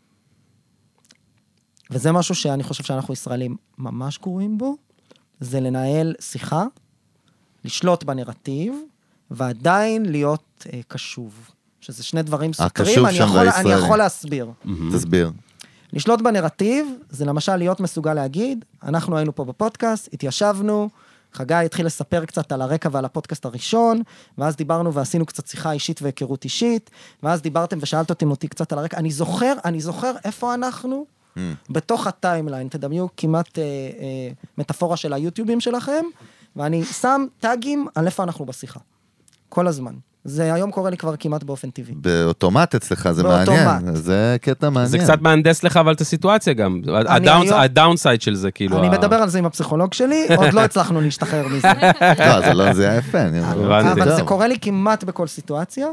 וזה משהו שאני חושב שאנחנו ישראלים ממש קוראים בו, זה לנהל שיחה, לשלוט בנרטיב, ועדיין להיות קשוב. שזה שני דברים סותרים, אני יכול להסביר. תסביר. לשלוט בנרטיב, זה למשל להיות מסוגל להגיד, אנחנו היינו פה בפודקאסט, התיישבנו, חגי התחיל לספר קצת על הרקע ועל הפודקאסט הראשון, ואז דיברנו ועשינו קצת שיחה אישית והיכרות אישית, ואז דיברתם ושאלתם אותי קצת על הרקע, אני זוכר איפה אנחנו, בתוך הטיימליין, תדמיו כמעט מטאפורה של היוטיובים שלכם, ואני שם טאגים על איפה אנחנו בשיחה. כל הזמן. זה היום קורה לי כבר כמעט באופן טבעי. באוטומט אצלך, זה מעניין. זה קטע מעניין. זה קצת מהנדס לך, אבל את הסיטואציה גם. הדאונסייד של זה, כאילו. אני מדבר על זה עם הפסיכולוג שלי, עוד לא הצלחנו להשתחרר מזה. לא, זה היה יפה. אבל זה קורה לי כמעט בכל סיטואציה,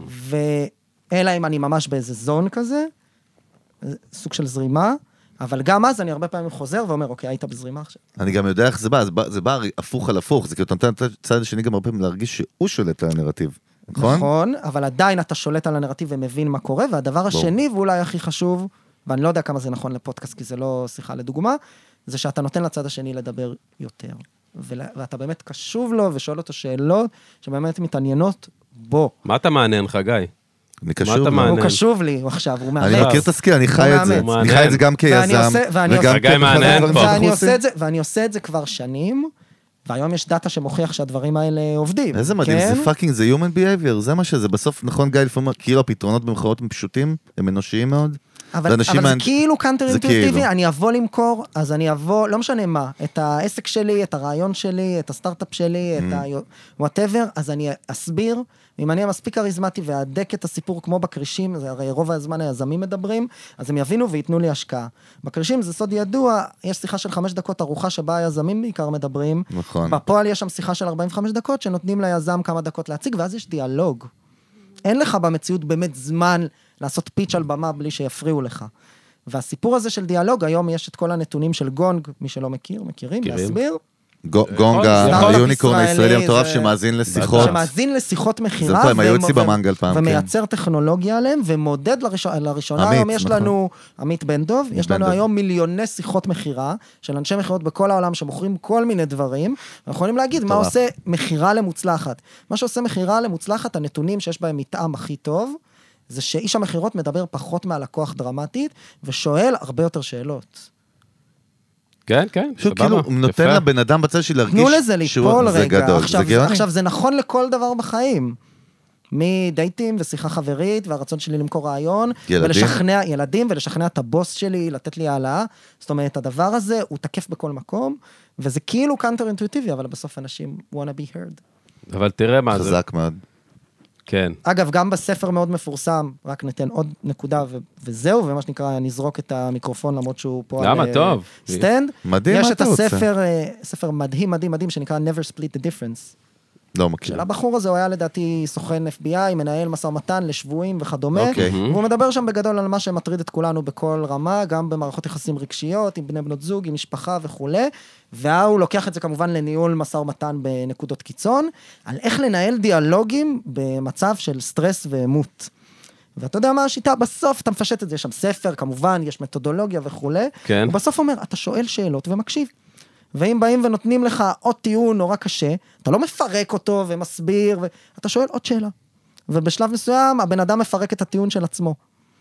ואלא אם אני ממש באיזה זון כזה, סוג של זרימה, אבל גם אז אני הרבה פעמים חוזר ואומר, אוקיי, היית בזרימה עכשיו. אני גם יודע איך זה בא, זה בא הפוך על הפוך, זה כאילו, אתה נותן את הצד השני גם הרבה פעמים להרגיש שהוא שולט על הנרטיב, נכון? נכון, אבל עדיין אתה שולט על הנרטיב ומבין מה קורה, והדבר השני, ואולי הכי חשוב, ואני לא יודע כמה זה נכון לפודקאסט, כי זה לא שיחה לדוגמה, זה שאתה נותן לצד השני לדבר יותר, ואתה באמת קשוב לו ושואל אותו שאלות שבאמת מתעניינות בו. מה אתה מעניין, חגי? אני קשוב לו. הוא קשוב לי עכשיו, הוא מאמץ. אני מכיר את הסקיל, אני חי את זה. אני חי את זה גם כיזם. חגי מעניין פה. ואני עושה את זה כבר שנים, והיום יש דאטה שמוכיח שהדברים האלה עובדים. איזה מדהים, זה פאקינג, זה human behavior, זה מה שזה. בסוף, נכון גיא, לפעמים, כאילו הפתרונות במחרות הם פשוטים, הם אנושיים מאוד. אבל זה כאילו קאנטר אינטואיטיבי, אני אבוא למכור, אז אני אבוא, לא משנה מה, את העסק שלי, את הרעיון שלי, את הסטארט-אפ שלי, את ה-whatever, אז אני אסביר, אם אני המספיק כריזמטי והדק את הסיפור כמו בקרישים, הרי רוב הזמן היזמים מדברים, אז הם יבינו ויתנו לי השקעה. בקרישים זה סוד ידוע, יש שיחה של 5 דקות ארוחה שבה היזמים בעיקר מדברים, נכון. בפועל יש שם שיחה של 45 דקות, שנותנים ליזם כמה דקות להציג, ואז יש דיאלוג. אין לך במציאות באמת זמן לעשות פיץ' על במה בלי שיפריעו לך. והסיפור הזה של דיאלוג, היום יש את כל הנתונים של גונג, מי שלא מכיר, מכירים, להסביר? גונג, היוניקורן הישראלי המטורף שמאזין לשיחות. שמאזין לשיחות מחירה. הם היו אצלי במנגל פעם. ומייצר טכנולוגיה עליהם, ומודד לראשונה, היום יש לנו, עמית בן דוב, יש לנו היום מיליוני שיחות מחירה, של אנשי מחירות בכל העולם שמוכרים כל מיני דברים, אנחנו יכולים להגיד מה עושה מחירה למוצלחת. מה שעושה מחירה למוצלחת, הנתונים שיש בהם מטעם הכי טוב, זה שאיש המחירות מדבר פחות מהלקוח דרמטית, ושואל הרבה יותר שאלות. כן, כן, פשוט כאילו, הוא נותן לבן אדם בצד שלי להרגיש תנו לזה ליפול רגע. זה גאוני. עכשיו, זה נכון לכל דבר בחיים. מדייטים ושיחה חברית, והרצון שלי למכור רעיון, ולשכנע ילדים, ולשכנע את הבוס שלי, לתת לי העלאה. זאת אומרת, הדבר הזה הוא תקף בכל מקום, וזה כאילו קאנטר אינטואיטיבי, אבל בסוף אנשים wanna be heard. אבל תראה מה זה. חזק מאוד. כן. אגב, גם בספר מאוד מפורסם, רק ניתן עוד נקודה וזהו, ומה שנקרא, נזרוק את המיקרופון, למרות שהוא פה למה? טוב. סטנד. מדהים, יש את הספר מדהים, מדהים, מדהים, שנקרא Never Split the Difference. לא מכיר. של הבחור הזה, הוא היה לדעתי סוכן FBI, מנהל משא ומתן לשבויים וכדומה, והוא מדבר שם בגדול על מה שמטריד את כולנו בכל רמה, גם במערכות יחסים רגשיות, עם בני בנות זוג, עם משפחה וכו', והוא לוקח את זה כמובן לניהול משא ומתן בנקודות קיצון, על איך לנהל דיאלוגים במצב של סטרס ואימות. ואתה יודע מה השיטה? בסוף אתה מפשט את זה, יש שם ספר, כמובן, יש מתודולוגיה וכו', ובסוף אומר, אתה שואל שאלות ומקשיב. ואם באים ונותנים לך עוד טיעון נורא קשה, אתה לא מפרק אותו ומסביר, אתה שואל עוד שאלה. ובשלב מסוים, הבן אדם מפרק את הטיעון של עצמו.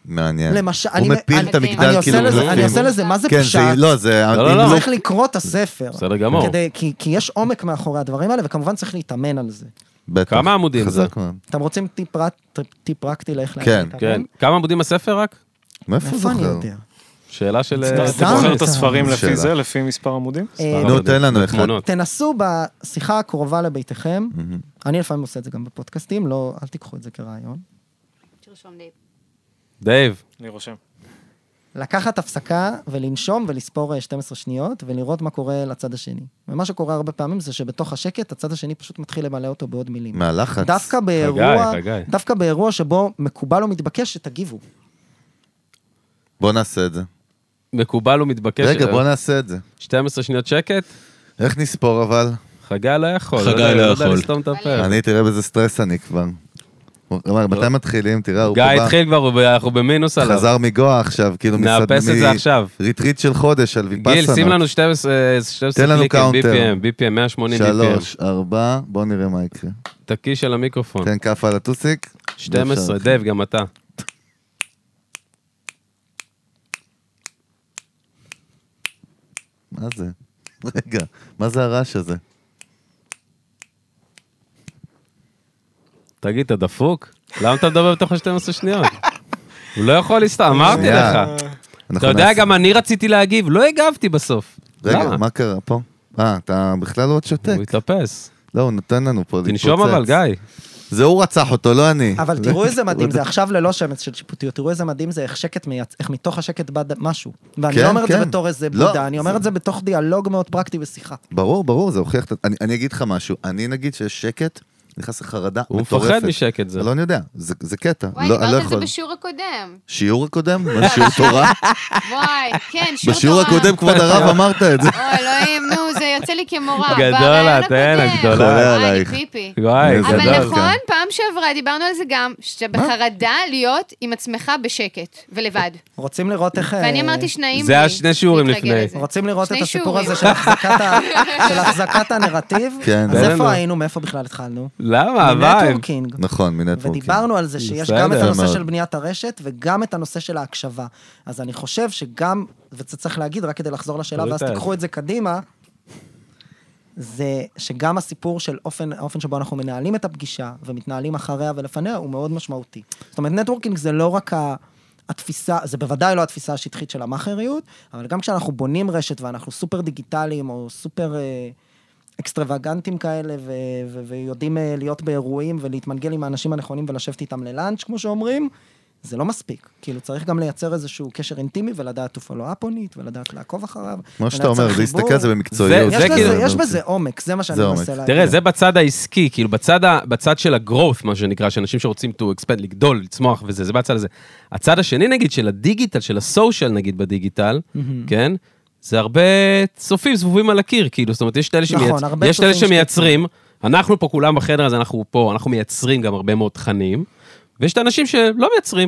מעניין. למשל, הוא מפיל את המגדל כאילו קלפים. אני עושה לזה, מה זה כן, פשט? לא, זה... לא. צריך לקרוא את הספר. בסדר גמור. כי יש עומק מאחורי הדברים האלה, וכמובן צריך להתאמן על זה. בטח. כמה עמודים זה? חזק מאוד. אתם רוצים טיפ פרקטי לאיך כן, להתאמן? כן. כמה עמודים הספר רק? מאיפה איפה אני זוכר? יודע? שאלה של... אתה בוחר את הספרים לפי זה, לפי מספר עמודים? נו, תן לנו אחד. תמונות. תנסו בשיחה הקרובה לביתכם, אני לפעמים עושה את זה גם בפודקאסטים, לא, אל תיקחו את זה כרעיון. תרשום דייב. דייב. אני רושם. לקחת הפסקה ולנשום ולספור 12 שניות, ולראות מה קורה לצד השני. ומה שקורה הרבה פעמים זה שבתוך השקט, הצד השני פשוט מתחיל למלא אותו בעוד מילים. מהלחץ. דווקא באירוע שבו מקובל או מתבקש שתגיבו. בוא נעשה את זה. מקובל ומתבקש. רגע, בוא נעשה את זה. 12 שניות שקט? איך נספור אבל? חגי לא יכול. חגי לא יודע יכול. לסתום את הפה. אני תראה באיזה סטרס אני כבר. מתי מתחילים? תראה, הוא גיא פה בא. התחיל כבר, אנחנו במינוס עליו. חזר מגוע עכשיו, כאילו נאפס את זה עכשיו. ריטריט של חודש על ויפסנה. גיל, שים לנו 12 תן לנו קליקים, קאונטר. BPM, 180 BPM. 3, 4, בוא נראה מה יקרה. תקיש של המיקרופון. תן כף על הטוסיק. 12, דב, גם אתה. מה זה? רגע, מה זה הרעש הזה? תגיד, אתה דפוק? למה אתה מדבר בתוך ה-12 שניות? הוא לא יכול להסתכל, אמרתי לך. אתה יודע, גם אני רציתי להגיב, לא הגבתי בסוף. רגע, מה קרה פה? אתה בכלל לא שותק. הוא התלפס. לא, הוא נותן לנו פה להתפוצץ. תנשום אבל, גיא. זה הוא רצח אותו, לא אני. אבל תראו איזה מדהים, זה עכשיו ללא שמץ של שיפוטיות, תראו איזה מדהים זה איך שקט איך מתוך השקט בא משהו. ואני לא אומר את זה בתור איזה בודה, אני אומר את זה בתוך דיאלוג מאוד פרקטי ושיחה. ברור, זה הוכיח, אני אגיד לך משהו, אני נגיד שיש שקט, נכנס לחרדה הוא מטורפת. מפחד משקט זה. לא, אני יודע, זה קטע. וואי, דיברת על זה בשיעור הקודם. שיעור הקודם? מה, שיעור תורה? וואי, כן, שיעור תורה. בשיעור הקודם, כבוד הרב, אמרת את זה. אוי, אלוהים, נו, זה יוצא לי כמורה. גדולה, תן, הגדולה. חולה וואי, עלייך. פיפי. וואי, אבל גדול. נכון, פעם שעברה דיברנו על זה גם, שבחרדה להיות עם עצמך בשקט ולבד. רוצים לראות איך... ואני אמרתי שנעים. זה היה 2 שיעורים לפני. רוצים לראות את שני הסיפור הזה שיעורים. של החזקת הנרטיב? כן. אז איפה היינו, מאיפה בכלל התחלנו? למה? מנטוורקינג. נכון, מנטוורקינג. ודיברנו על זה שיש בסדר. גם את הנושא מאוד. של בניית הרשת, וגם את הנושא של ההקשבה. אז אני חושב שגם, וזה צריך להגיד, רק כדי לחזור לשאלה, ואז תיקחו את זה קדימה, זה שגם הסיפור של האופן שבו אנחנו מנהלים את הפגישה, ומתנהלים אחריה ולפניה, הוא מאוד משמעותי. זאת אומרת, נטוורקינג זה לא רק התפיסה, זה בוודאי לא התפיסה השטחית של המאכריות, אבל גם כשאנחנו בונים רשת, ואנחנו סופר דיגיטליים, או סופר אקסטרווגנטים כאלה, ויודעים להיות באירועים, ולהתמנגל עם האנשים הנכונים, ולשבת איתם ללאנץ', כמו שאומרים, זה לא מספיק. כאילו, צריך גם לייצר איזשהו קשר אינטימי, ולדעת to follow up on it, ולדעת לעקוב אחריו. כמו שאתה אומר, זה להסתכל על זה במקצועיות. יש בזה עומק, זה מה שאני מנסה להגיד. תראה, זה בצד העסקי, כאילו, בצד של הגרוth, מה שנקרא, שאנשים שרוצים to expand, לגדול, לצמוח וזה, זה בצד הזה. הצד השני, נגיד, של הדיגיטל, של הסושיאל, נגיד, בדיגיטל, כן? זה הרבה צופים, זבובים על הקיר, כאילו, זאת אומרת, יש את אלה שמייצרים, אנחנו פה כולם בחדר, אז אנחנו פה, אנחנו מייצרים גם הרבה מאוד תכנים, ויש את האנשים שלא מייצרים,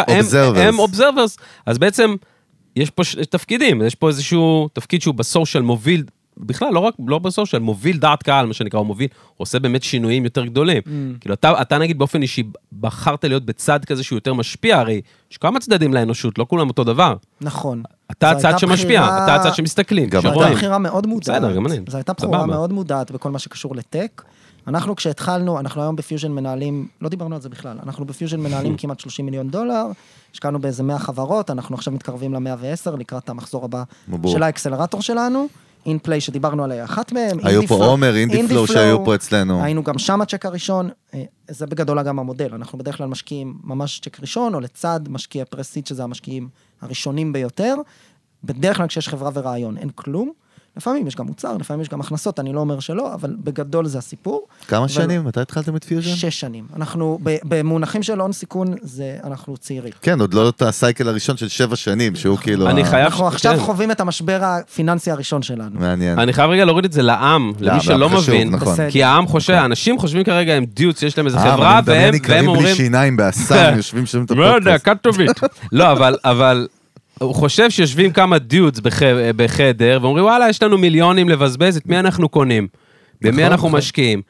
הם observers, אז בעצם יש פה תפקידים, יש פה איזשהו תפקיד שהוא בסושיאל מוביל, בכלל, לא בסושיאל, מוביל דעת קהל, מה שנקרא, הוא מוביל, עושה באמת שינויים יותר גדולים. כאילו, אתה נגיד באופן אישי, בחרת להיות בצד כזה שהוא יותר משפיע, הרי יש כמה צדדים לאנושות, לא כולם אותו דבר. נכון. אתה הצד שמשפיע, אתה הצד שמסתכלים. זו הייתה בחירה מאוד מודעת. בסדר, גם אני. זו הייתה בחירה מאוד מודעת בכל מה שקשור לטק. אנחנו כשהתחלנו, אנחנו היום בפיוז'ן מנהלים, לא דיברנו על זה בכלל, אנחנו בפיוז'ן מנהלים כמעט $30 מיליון, השקענו באיזה 100 חברות, אנחנו עכשיו מתקרבים ל-110, לקראת המחזור הבא של האקסלרטור שלנו, אינפליי שדיברנו עליה אחת מהם, היו פה עומר, אינדיפלו שהיו פה אצלנו. היינו גם שם הצ'ק הראשון, זה בגדול גם המודל, אנחנו בדרך כלל משקיעים ממש צ'ק ראשון, או לצד משקיע פרסיד, שזה המשקיעים הראשונים ביותר, בדרך כלל כשיש חברה ורעיון, אין כלום, לפעמים יש גם מוצר, לפעמים יש גם הכנסות, אני לא אומר שלא, אבל בגדול זה הסיפור. כמה שנים? מתי התחלתם את פיוז'ן? 6 שנים. אנחנו, במונחים של הון סיכון, אנחנו צעירים. כן, עוד לא את הסייקל הראשון של 7 שנים, שהוא כאילו... אנחנו עכשיו חווים את המשבר הפיננסי הראשון שלנו. מעניין. אני חייב רגע להוריד את זה לעם, למי שלא מבין, כי העם חושב, האנשים חושבים כרגע הם דיוטס, יש להם איזה חברה, והם אומרים... בלי שיניים באסם, יושבים שם את הפודקאסט. לא יודע, קטובית. לא, אבל... הוא חושב שיושבים כמה דיוטס בחדר, ואומרים, וואלה, יש לנו מיליונים לבזבז, את מי אנחנו קונים? במי אנחנו משקיעים?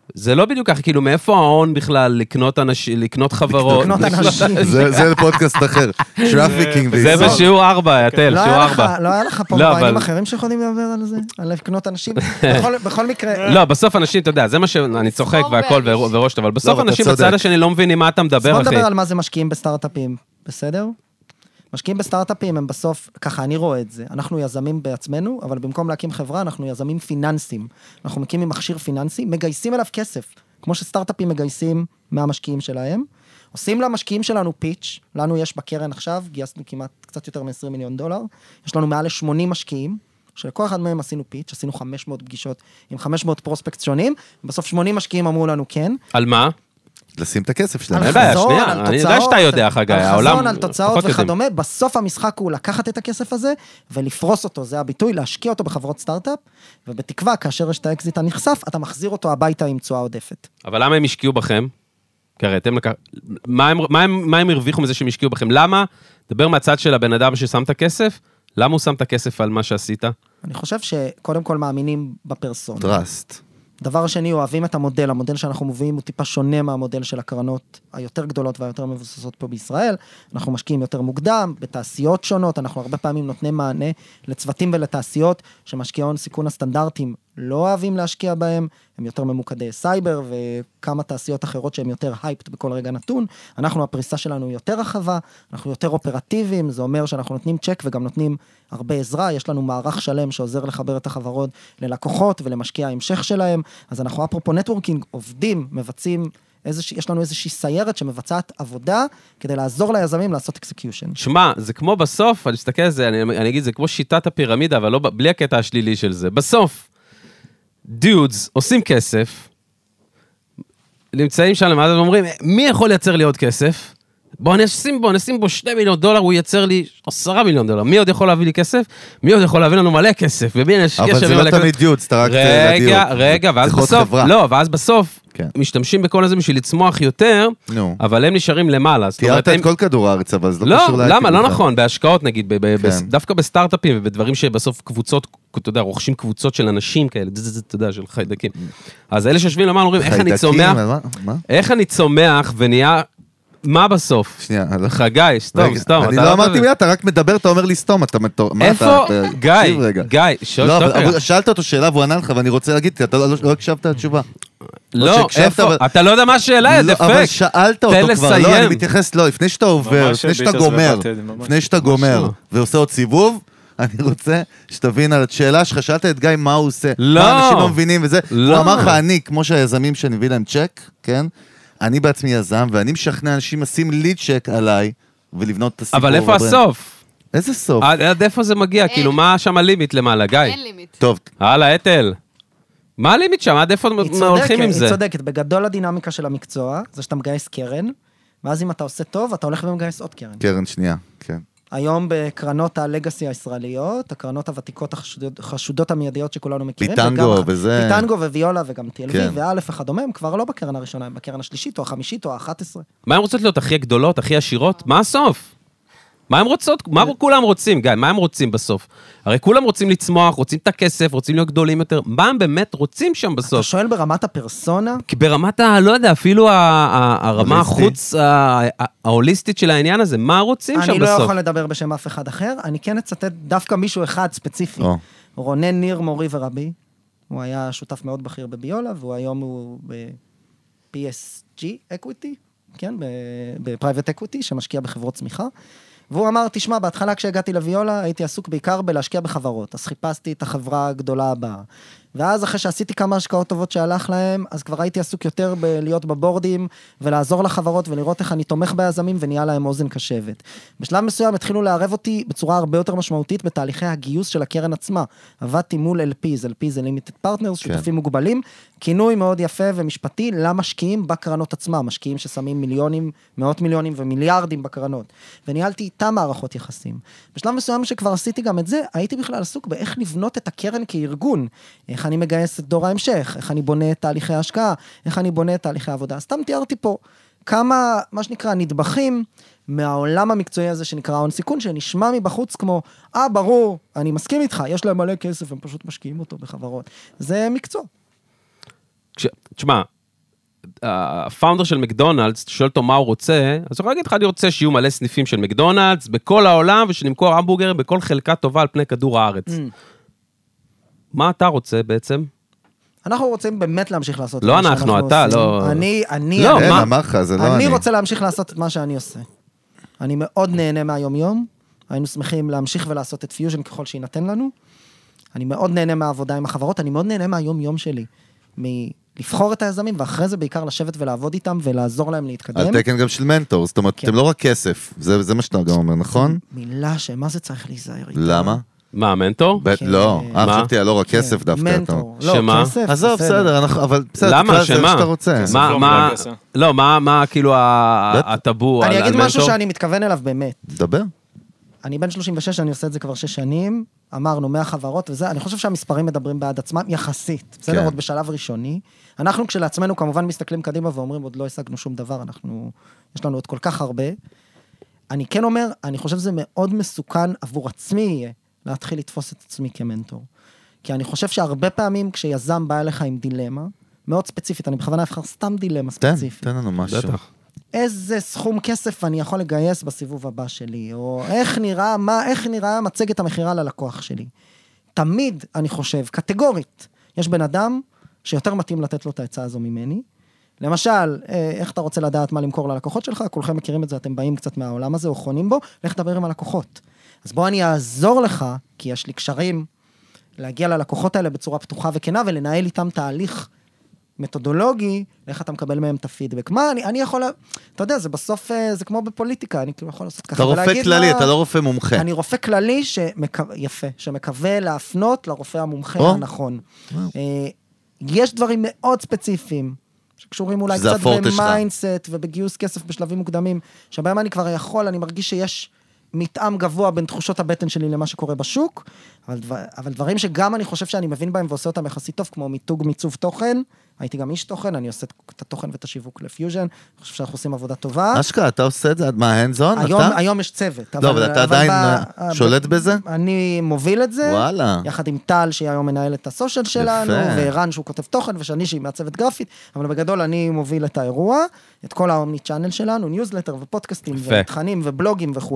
זה לא בדיוק ככה, כאילו, מאיפה ההון בכלל לקנות חברות? לקנות אנשים. זה פודקאסט אחר. טראפיקינג. זה בשיעור 4, יתל, שיעור 4. לא היה לך פה מרואיינים אחרים שיכולים לדבר על זה? על לקנות אנשים? בכל מקרה... לא, בסוף אנשים, אתה יודע, זה מה שאני צוחק והכל וראש, אבל בסוף אנשים בצד השני לא מבינים מה אתה מדבר, אחי. בוא נדבר על מה זה משקיעים בסטארט-אפים, בסדר? משקיעים בסטארט-אפים הם בסוף, ככה אני רואה את זה, אנחנו יזמים בעצמנו, אבל במקום להקים חברה, אנחנו יזמים פיננסיים. אנחנו מקימים מכשיר פיננסי, מגייסים אליו כסף, כמו שסטארט-אפים מגייסים מהמשקיעים שלהם, עושים למשקיעים שלנו פיץ', לנו יש בקרן עכשיו, גייסנו כמעט קצת יותר מ$20 מיליון, יש לנו מעל 80 משקיעים, שלכל אחד מהם עשינו פיץ', עשינו 500 פגישות עם 500 פרוספקט שונים, בסוף 80 משקיעים אמרו לנו כן. על מה? לשים את הכסף שלהם. על חזון, על תוצאות. אני יודע שאתה יודע, חגי, על חזון, על תוצאות וכדומה. בסוף המשחק הוא לקחת את הכסף הזה, ולפרוס אותו, זה הביטוי, להשקיע אותו בחברות סטארט-אפ, ובתקווה, כאשר יש את האקזיט הנחשף, אתה מחזיר אותו הביתה עם תשואה עודפת. אבל למה הם השקיעו בכם? כי הרי אתם מה הם הרוויחו מזה שהם השקיעו בכם? למה? דבר מהצד של הבן אדם ששם את הכסף, למה הוא שם את הכסף על מה שעשית? אני חושב שקודם כל מאמינים בפרסונה. טראסט. דבר שני, אוהבים את המודל. המודל שאנחנו מובילים הוא טיפה שונה מהמודל של הקרנות היותר גדולות והיותר מבוססות פה בישראל. אנחנו משקיעים יותר מוקדם, בתעשיות שונות. אנחנו הרבה פעמים נותנים מענה לצוותים ולתעשיות שמשקיעי הון סיכון הסטנדרטים לא אוהבים להשקיע בהם. הם יותר ממוקדי סייבר וכמה תעשיות אחרות שהן יותר הייפט בכל רגע נתון. אנחנו, הפריסה שלנו יותר רחבה, אנחנו יותר אופרטיביים. זה אומר שאנחנו נותנים צ'ק וגם נותנים הרבה עזרה. יש לנו מערך שלם שעוזר לחבר את החברות ללקוחות ולמשקיע ההמשך שלהם. אז אנחנו אפרופו נטוורקינג, עובדים, מבצעים, יש לנו איזושהי סיירת שמבצעת עבודה, כדי לעזור ליזמים לעשות אקסקיושן. שמע, זה כמו בסוף, אני אסתכל על זה, אני אגיד, זה כמו שיטת הפירמידה, אבל לא, בלי הקטע השלילי של זה. בסוף, דיודס עושים כסף, נמצאים שם למעלה ואומרים, מי יכול לייצר לי עוד כסף? בוא נשים בו $2 מיליון, הוא ייצר לי $10 מיליון. מי עוד יכול להביא לי כסף? מי עוד יכול להביא לנו מלא כסף? אבל זה לא תמיד דיודס, אתה רק רגע, ואז בסוף, לא, ואז בסוף, משתמשים בכל הזה בשביל לצמוח יותר, אבל הם נשארים למעלה. תיארת את כל כדור הארץ, אבל זה לא קשור להקים. למה? לא נכון, בהשקעות נגיד, דווקא בסטארט-אפים ובדברים שבסוף קבוצות, אתה יודע, רוכשים קבוצות של אנשים כאלה, אתה יודע, של חיידקים. אז אלה שיושבים למעלה אומרים, איך אני צומח ונהיה מה בסוף? שנייה. חגי, סתום. אני לא אמרתי מילה, אתה רק מדבר, אתה אומר לי סתום. איפה? גיא, שאלת אותו שאלה והוא ענה לך, ואני רוצה להגיד, אתה לא הקשבת לתשובה. לא, איפה? אתה לא יודע מה השאלה, דפק. אבל שאלת אותו כבר, לא, אני מתייחס, לא, לפני שאתה עובר, לפני שאתה גומר, ועושה עוד סיבוב, אני רוצה שתבין על השאלה שלך, שאלת את גיא מה הוא עושה. מה אנשים לא מבינים וזה. הוא אמר לך, אני, כמו שהיזמים שאני מביא להם צ'ק, כן? אני בעצמי יזם, ואני משכנע אנשים לשים ליד צ'ק עליי, ולבנות את הסיפור. אבל איפה הסוף? איזה סוף? עד איפה זה מגיע? כאילו, מה שם הלימיט למעלה, גיא? אין לימיט. טוב. הלאה, אתל. מה הלימיט שם? עד איפה הולכים עם זה? היא צודקת. בגדול הדינמיקה של המקצוע, זה שאתה מגייס קרן, ואז אם אתה עושה טוב, אתה הולך ומגייס עוד קרן. קרן שנייה, כן. היום בקרנות הלגאסי הישראליות, הקרנות הוותיקות החשודות המיידיות שכולנו מכירים. פיטנגו וזה. פיטנגו וויולה וגם TLV ואלף וכדומה, הם כבר לא בקרן הראשונה, הם בקרן השלישית או החמישית או ה-11. מה הם רוצות להיות הכי גדולות, הכי עשירות? מה הסוף? מה הם רוצות? מה כולם רוצים, גיא? מה הם רוצים בסוף? הרי כולם רוצים לצמוח, רוצים את הכסף, רוצים להיות גדולים יותר. מה הם באמת רוצים שם בסוף? אתה שואל ברמת הפרסונה? כי ברמת לא יודע, אפילו הרמה החוץ ההוליסטית של העניין הזה, מה רוצים שם בסוף? אני לא יכול לדבר בשם אף אחד אחר, אני כן אצטט דווקא מישהו אחד ספציפי. רונן ניר, מורי ורבי, הוא היה שותף מאוד בכיר בביולה, והוא היום הוא ב-PSG Equity, כן, ב-Private Equity, שמשקיע בחברות צמיחה. והוא אמר, תשמע, בהתחלה כשהגעתי לויולה, הייתי עסוק בעיקר בלהשקיע בחברות, אז חיפשתי את החברה הגדולה הבאה. ואז אחרי שעשיתי כמה השקעות טובות שהלך להם, אז כבר הייתי עסוק יותר בלהיות בבורדים, ולעזור לחברות, ולראות איך אני תומך ביזמים, ונהיה להם אוזן קשבת. בשלב מסוים התחילו לערב אותי בצורה הרבה יותר משמעותית, בתהליכי הגיוס של הקרן עצמה. עבדתי מול LPs, LPs זה Limited Partners, שותפים מוגבלים, כינוי מאוד יפה ומשפטי, למשקיעים בקרנות עצמה, משקיעים ששמים מיליונים, מאות מיליונים ומיליארדים בקרנות. וניהלתי איתם מערכות יחסים. בשלב מסוים שכבר עשיתי גם את זה, הייתי בכלל עסוק באיך לבנות את הקרן כארגון, איך אני מגייס את דור ההמשך, איך אני בונה את תהליכי ההשקעה, איך אני בונה את תהליכי העבודה. סתם תיארתי פה כמה, מה שנקרא, נדבכים מהעולם המקצועי הזה שנקרא הון סיכון, שנשמע מבחוץ כמו, ברור, אני מסכים איתך, יש להם מלא כסף, הם פשוט משקיעים אותו בחברות. זה מקצוע. תשמע, הפאונדר של מקדונלדס, שואל אותו מה הוא רוצה, אז הוא יכול להגיד לך, אני רוצה שיהיו מלא סניפים של מקדונלדס בכל העולם, ושנמכור המבורגרים בכל חלקה טובה על פני כדור הארץ. מה אתה רוצה בעצם? אנחנו רוצים באמת להמשיך לעשות. לא אנחנו, אתה, לא... אני רוצה להמשיך לעשות את מה שאני עושה. אני מאוד נהנה מהיום-יום, היינו שמחים להמשיך ולעשות את פיוז'ן ככל שיינתן לנו. אני מאוד נהנה מהעבודה עם החברות, אני מאוד נהנה מהיום-יום שלי. לבחור את היזמים, ואחרי זה בעיקר לשבת ולעבוד איתם, ולעזור להם להתקדם. על תקן גם של מנטור, זאת אומרת, אתם לא רק כסף, זה מה שאתה גם אומר, נכון? מילה שמה זה צריך להיזהר איתה. למה? מה, מנטור? לא, חשבתי על לא רק כסף דווקא. מנטור, לא, כסף. עזוב, בסדר, אבל בסדר, למה? שמה? לא, מה כאילו הטאבו על מנטור? אני אגיד משהו שאני מתכוון אליו באמת. דבר. אני בן 36, אני עושה את זה כבר 6 שנים, אמרנו 100 חברות וזה, אני חושב שהמספרים מדברים בעד עצמם יחסית, בסדר, עוד בשלב ראשוני. אנחנו כשלעצמנו כמובן מסתכלים קדימה ואומרים, עוד לא השגנו שום דבר, יש לנו עוד כל כך הרבה. אני כן אומר, אני חושב שזה מאוד מסוכן עבור עצמי יהיה, להתחיל לתפוס את עצמי כמנטור. כי אני חושב שהרבה פעמים כשיזם בא אליך עם דילמה, מאוד ספציפית, אני בכוונה אבחר סתם דילמה ספציפית. תן לנו משהו. איזה סכום כסף אני יכול לגייס בסיבוב הבא שלי, או איך נראה מצגת המחירה ללקוח שלי. תמיד, אני חושב, קטגורית, יש בן אדם שיותר מתאים לתת לו את ההצעה הזו ממני. למשל, איך אתה רוצה לדעת מה למכור ללקוחות שלך, כולכם מכירים את זה, אתם באים קצת מהעולם הזה, או חונים בו, לך תדבר עם הלקוחות. אז בוא אני אעזור לך, כי יש לי קשרים, להגיע ללקוחות האלה בצורה פתוחה וכנה, ולנהל איתם תהליך מתודולוגי, איך אתה מקבל מהם את הפידבק. מה, אני יכול, אתה יודע, זה בסוף, זה כמו בפוליטיקה, אני יכול לעשות ככה. אתה רופא כללי, אתה לא רופא מומחה. אני רופא כללי יפה, שמקווה להפנות לרופא המומחה הנכון. יש דברים מאוד ספציפיים, שקשורים אולי קצת במיינדסט ובגיוס כסף בשלבים מוקדמים, שבהם אני כבר יכול, אני מרגיש שיש מתאם גבוה בין תחושות הבטן שלי למה שקורה בשוק, אבל דברים שגם אני חושב שאני מבין בהם ועושה אותם יחסית טוב, כמו מיתוג מיצוב תוכן, הייתי גם איש תוכן, אני עושה את התוכן ואת השיווק לפיוז'ן, אני חושב שאנחנו עושים עבודה טובה. אשכה, אתה עושה את זה? מה, הנדזון? היום יש צוות. לא, אבל אתה עדיין שולט בזה? אני מוביל את זה. וואלה. יחד עם טל, שהיא היום מנהל את הסושיאל שלנו, וערן שהוא כותב תוכן, ושני שהיא מעצבת גרפית, אבל בגדול אני מוביל את האירוע, את כל האומני צ'אנל שלנו, ניוזלטר ופודקאסטים ותכנים ובלוגים וכו'.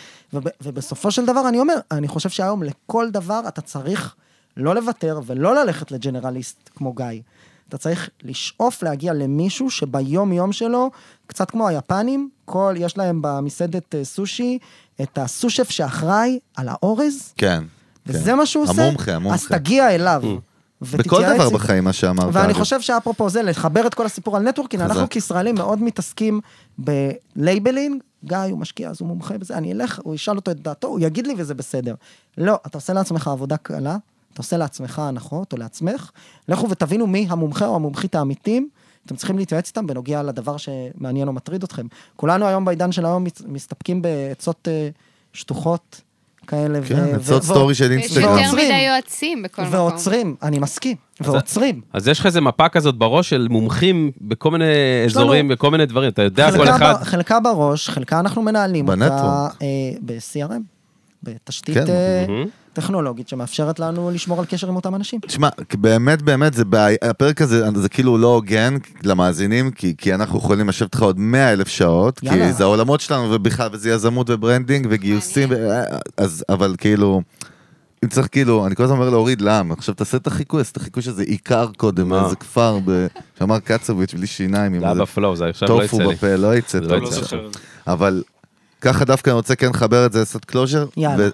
ובסופו של דבר אני אומר, אני חושב שהיום לכל דבר אתה צריך לא לוותר ולא ללכת לג'נרליסט כמו גיא. אתה צריך לשאוף להגיע למישהו שביום יום שלו, קצת כמו היפנים, יש להם במסעדת סושי, את הסושף שאחראי על האורז. כן. וזה מה שהוא עושה. המומחה. אז תגיע אליו. בכל דבר בחיים מה שאמרת. ואני חושב שאפרופו זה, לחבר את כל הסיפור על נטוורקינג, אנחנו כישראלים מאוד מתעסקים בלייבלינג, גיא הוא משקיע, אז הוא מומחה בזה, אני אלך, הוא ישאל אותו את דעתו, הוא יגיד לי וזה בסדר. לא, אתה עושה לעצמך עבודה קלה, אתה עושה לעצמך הנחות או לעצמך, לכו ותבינו מי המומחה או המומחית האמיתים, אתם צריכים להתייעץ איתם בנוגע לדבר שמעניין או מטריד אתכם. כולנו היום בעידן של היום מסתפקים בעצות שטוחות כאלה. כן, עצות סטורי של אינסטגרם. יש יותר מדי יועצים בכל מקום. ועוצרים, אני מסכים, ועוצרים. אז יש לך איזה מפה כזאת בראש של מומחים בכל מיני אזורים, בכל מיני דברים, אתה יודע כל אחד. חלקה בראש, חלקה אנחנו מנהלים אותה ב-CRM, בתשתית טכנולוגית שמאפשרת לנו לשמור על קשר עם אותם אנשים. תשמע, באמת, הפרק הזה, זה כאילו לא הוגן למאזינים, כי אנחנו יכולים לשבת לך עוד 100,000 שעות, כי זה העולמות שלנו, ובכלל, וזה יזמות וברנדינג וגיוסים, אבל כאילו, אם צריך כאילו, אני כל הזמן אומר להוריד לעם, עכשיו תעשה את החיקוי, אז את החיקוי שזה עיקר קודם, איזה כפר, שאמר קצוביץ' בלי שיניים, זה היה בפלואו, זה עכשיו לא יצא לי. בפה, לא יצא, אבל ככה דווקא אני רוצה כן לחבר את זה, לעשות קלוז'ר,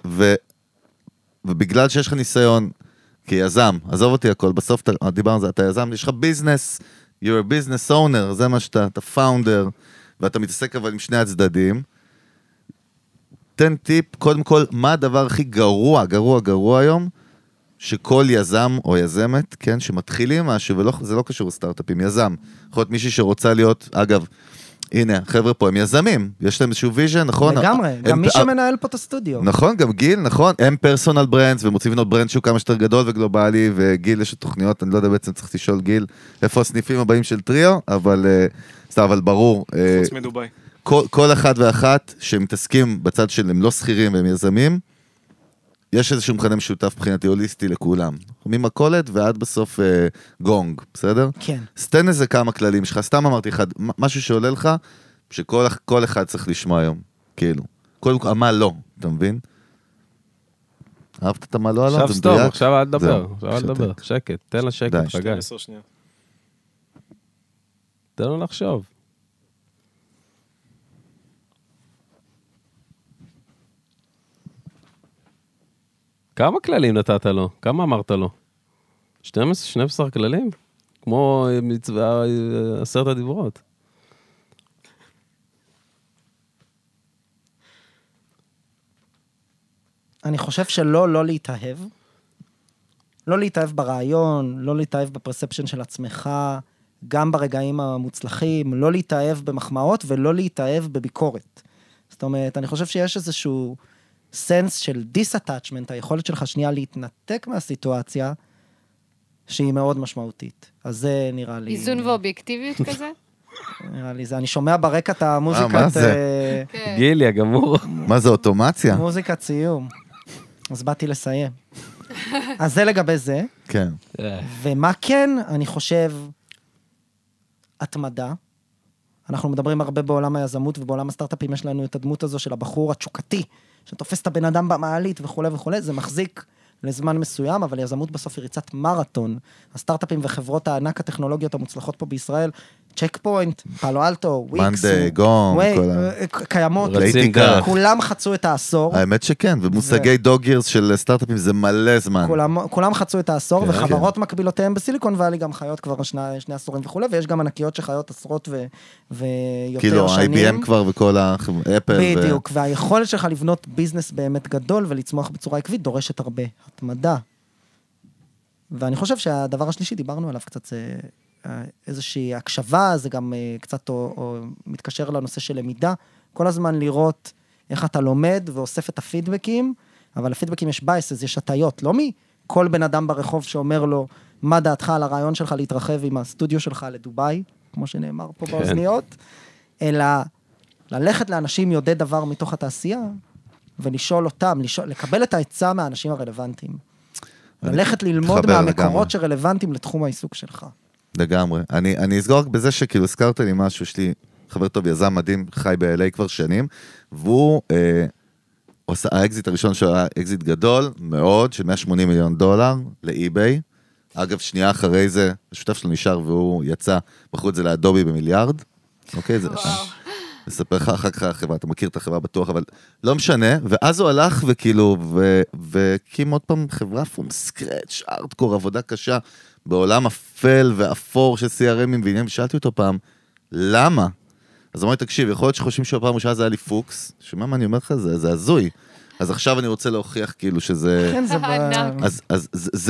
ובגלל שיש לך ניסיון כיזם, עזוב אותי הכל, בסוף דיברנו על זה, אתה יזם, יש לך ביזנס, you're a business owner, זה מה שאתה, אתה פאונדר, ואתה מתעסק אבל עם שני הצדדים. תן טיפ, קודם כל, מה הדבר הכי גרוע היום, שכל יזם או יזמת, כן, שמתחילים משהו, וזה לא קשור לסטארט-אפים, יזם, יכול להיות מישהי שרוצה להיות, אגב, הנה, חבר'ה פה, הם יזמים, יש להם איזשהו ויז'ן, נכון? לגמרי, גם מי שמנהל פה את הסטודיו. נכון, גם גיל, נכון, הם פרסונל ברנדס, ומוצאים לבנות ברנד שהוא כמה שיותר גדול וגלובלי, וגיל יש תוכניות, אני לא יודע בעצם, צריך לשאול גיל, איפה הסניפים הבאים של טריו, אבל ברור. חוץ מדוביי. כל אחד ואחת שמתעסקים בצד של הם לא שכירים והם יזמים, יש איזשהו מכנה משותף מבחינתי הוליסטי לכולם. ממקולת ועד בסוף גונג, בסדר? כן. סתן איזה כמה כללים שלך, סתם אמרתי לך, משהו שעולה לך, שכל אחד צריך לשמוע היום, כאילו. קודם כל, מה לא, אתה מבין? אהבת את מה לא, אלון? עכשיו סטופ, עכשיו אל תדבר, שקט, תן לה שקט, חגי. 12 שניות. תן לו לחשוב. כמה כללים נתת לו? כמה אמרת לו? 12 כללים? כמו מצווה 10 הדיברות. אני חושב לא להתאהב. לא להתאהב ברעיון, לא להתאהב בפרספשן של עצמך, גם ברגעים המוצלחים, לא להתאהב במחמאות ולא להתאהב בביקורת. זאת אומרת, אני חושב שיש איזשהו סנס של דיס-אטאצ'מנט, היכולת שלך שנייה להתנתק מהסיטואציה, שהיא מאוד משמעותית. אז זה נראה לי... איזון ואובייקטיביות כזה? נראה לי זה. אני שומע ברקע את המוזיקת... מה זה? גילי, הגמור. מה זה אוטומציה? מוזיקת סיום. אז באתי לסיים. אז זה לגבי זה. כן. ומה כן, אני חושב, התמדה. אנחנו מדברים הרבה בעולם היזמות ובעולם הסטארט-אפים, יש לנו את הדמות הזו של הבחור התשוקתי, שתופס את הבן אדם במעלית וכו' וכו', זה מחזיק לזמן מסוים, אבל יזמות בסוף היא ריצת מרתון. הסטארט-אפים וחברות הענק הטכנולוגיות המוצלחות פה בישראל, צ'ק פוינט, פאלו אלטו, וויקס, מנדי, גונג, קיימות, כולם חצו את העשור. האמת שכן, ומושגי דוגירס של סטארט-אפים זה מלא זמן. כולם חצו את העשור, וחברות מקבילותיהם בסיליקון ואלי גם חיות כבר שני עשורים וכו', ויש גם ענקיות שחיות עשרות ויותר כאילו, שנים. IBM כבר וכל האפל. בדיוק, והיכולת שלך לבנות ביזנס באמת גדול ולצמוח בצורה עקבית דורשת הרבה התמדה. ואני חושב שהדבר השלישי, דיברנו עליו קצת, זה איזושהי הקשבה, זה גם קצת או מתקשר לנושא של למידה, כל הזמן לראות איך אתה לומד ואוסף את הפידבקים, אבל הפידבקים יש בייסס, יש הטיות, לא מכל בן אדם ברחוב שאומר לו, מה דעתך על הרעיון שלך להתרחב עם הסטודיו שלך לדוביי, כמו שנאמר פה באוזניות, אלא ללכת לאנשים יודעי דבר מתוך התעשייה, ולשאול אותם, לקבל את העצה מהאנשים הרלוונטיים. ללכת ללמוד מהמקורות שרלוונטיים לתחום העיסוק שלך. לגמרי. אני אסגור רק בזה שכאילו הזכרת לי משהו, יש לי חבר טוב, יזם מדהים, חי ב-LA כבר שנים, והוא עושה, האקזיט הראשון שלו היה אקזיט גדול מאוד, של $180 מיליון לאי-ביי. אגב, שנייה אחרי זה, השותף שלו נשאר והוא יצא, בחרו את זה לאדובי במיליארד. אוקיי, זה... לספר לך אחר כך החברה, אתה מכיר את החברה בטוח, אבל לא משנה, ואז הוא הלך וכאילו, וקים עוד פעם חברה פום סקרץ', ארטקור, עבודה קשה, בעולם אפל ואפור של CRMים ועניינים, ושאלתי אותו פעם, למה? אז אמרתי, תקשיב, יכול להיות שחושבים שהפעם ראשונה זה היה לי פוקס, שמה מה אני אומר לך, זה הזוי. אז עכשיו אני רוצה להוכיח כאילו שזה... כן, זה אז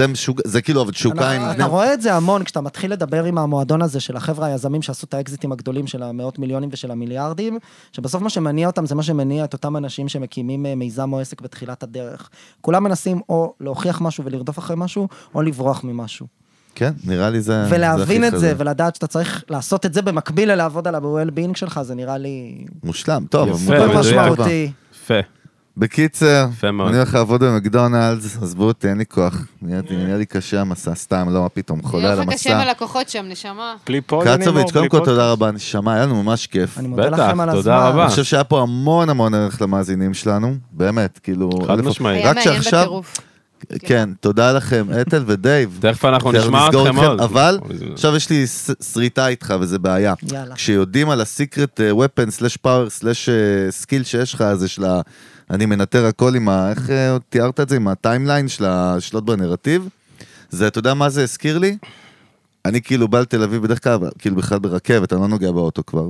זה כאילו עבד שוקיים. אתה רואה את זה המון, כשאתה מתחיל לדבר עם המועדון הזה של החבר'ה היזמים שעשו את האקזיטים הגדולים של המאות מיליונים ושל המיליארדים, שבסוף מה שמניע אותם זה מה שמניע את אותם אנשים שמקימים מיזם או עסק בתחילת הדרך. כולם מנסים או להוכיח משהו ולרדוף אחרי משהו, או לברוח ממשהו. כן, נראה לי זה... ולהבין את זה, ולדעת שאתה צריך לעשות את זה במקביל לעבוד על ה-well-being שלך, זה נראה לי... מושלם, טוב. יפה, משמעותי. יפה. בקיצר, אני הולך לעבוד במקדונלדס, אז בואו תהיה לי כוח. נהיה לי קשה המסע, סתם, לא מה פתאום, חולה על המסע. נהיה לך קשה מלקוחות שם, נשמה. קצוביץ', קודם כל תודה רבה, נשמה, היה לנו ממש כיף. אני מודה לכם על הזמן. תודה רבה. אני חושב שהיה פה המון ערך למאזינים שלנו, באמת, כאילו... חד משמעי. היה מעניין בטירוף. כן, תודה לכם, אתל ודייב. תכף אנחנו נשמע אתכם עוד. אבל עכשיו יש לי שריטה איתך, וזה בעיה. יאללה. כשיודעים על ה-secret weapon/power/skill שיש לך, אז יש לה... אני מנטר הכל עם איך תיארת את זה, עם הטיימליין של השלוט בנרטיב. זה, אתה יודע מה זה הזכיר לי? אני כאילו בא לתל אביב בדרך כלל, כאילו בכלל ברכבת, אני לא נוגע באוטו כבר,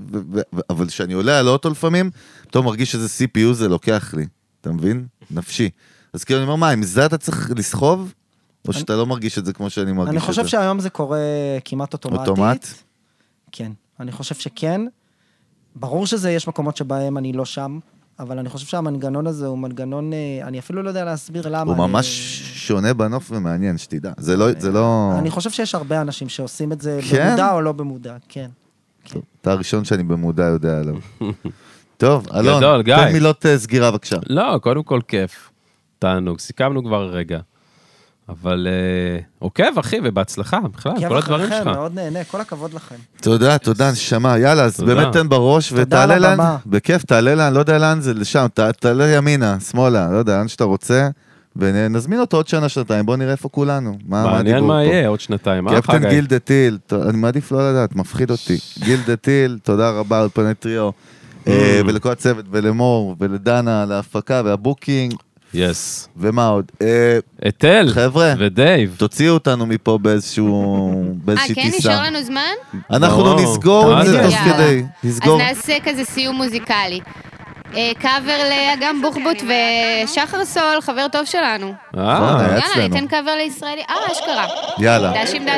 אבל כשאני עולה על האוטו לפעמים, פתאום מרגיש שזה CPU זה לוקח לי, אתה מבין? נפשי. אז כאילו אני אומר, מה, עם זה אתה צריך לסחוב? או שאתה לא מרגיש את זה כמו שאני מרגיש את זה? אני חושב שהיום זה קורה כמעט אוטומטית. אוטומט? כן, אני חושב שכן. ברור שזה, יש מקומות שבהם אני לא שם, אבל אני חושב שהמנגנון הזה הוא מנגנון, אני אפילו לא יודע להסביר למה. הוא ממש שונה בנוף ומעניין, שתדע. זה לא... אני חושב שיש הרבה אנשים שעושים את זה במודע או לא במודע, כן. אתה הראשון שאני במודע יודע עליו. טוב, אלון, גדול, גיא. תן מילות סגירה בבקשה. לא, קודם כל כיף. תענוג, סיכמנו כבר רגע. אבל עוקב, אחי, ובהצלחה, בכלל, כל הדברים שלך. מאוד נהנה, כל הכבוד לכם. תודה, נשמה, יאללה, אז באמת תן בראש ותעלה לאן, בכיף, תעלה לאן, לא יודע לאן זה, לשם, תעלה ימינה, שמאלה, לא יודע, לאן שאתה רוצה, ונזמין אותו עוד שנה, שנתיים, בוא נראה איפה כולנו. מעניין מה יהיה, עוד שנתיים, קפטן גילדה טיל, אני מעדיף לא לדעת, מפחיד אותי. גילדה טיל, תודה רבה על פני טריו, ולכל הצוות, ולמור, ולדנה, על ההפקה והבוקינג. יס. ומה עוד? אתל חבר'ה, ודייב. תוציאו אותנו מפה באיזושהי טיסה. כן, נשאר לנו זמן? אנחנו נסגור עם זה תוך כדי. אז נעשה כזה סיום מוזיקלי. קאבר לאגם בוחבוט ושחר סול, חבר טוב שלנו. יאללה, ניתן קאבר לישראלי. אשכרה. יאללה. דשים.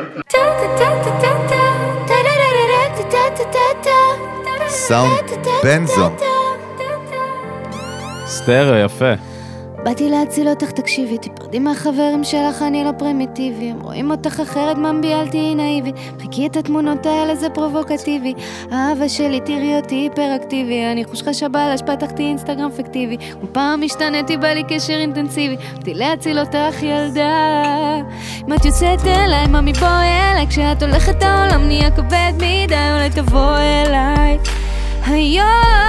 סאונד בנזו. סטריאו, יפה. באתי להציל אותך, תקשיבי, תפרדי מהחברים שלך, אני לא פרימיטיבי. הם רואים אותך אחרת, ממביאלתי נאיבי. חיכי את התמונות האלה, זה פרובוקטיבי. האהבה שלי, תראי אותי היפראקטיבי. אני חושך בלש, פתחתי אינסטגרם פיקטיבי. ופעם השתנתי, בא לי קשר אינטנסיבי. באתי להציל אותך, ילדה. אם את יוצאת אליי, ממי בואי אליי. כשאת הולכת העולם, נהיה כבד מדי. אולי תבוא אליי היום.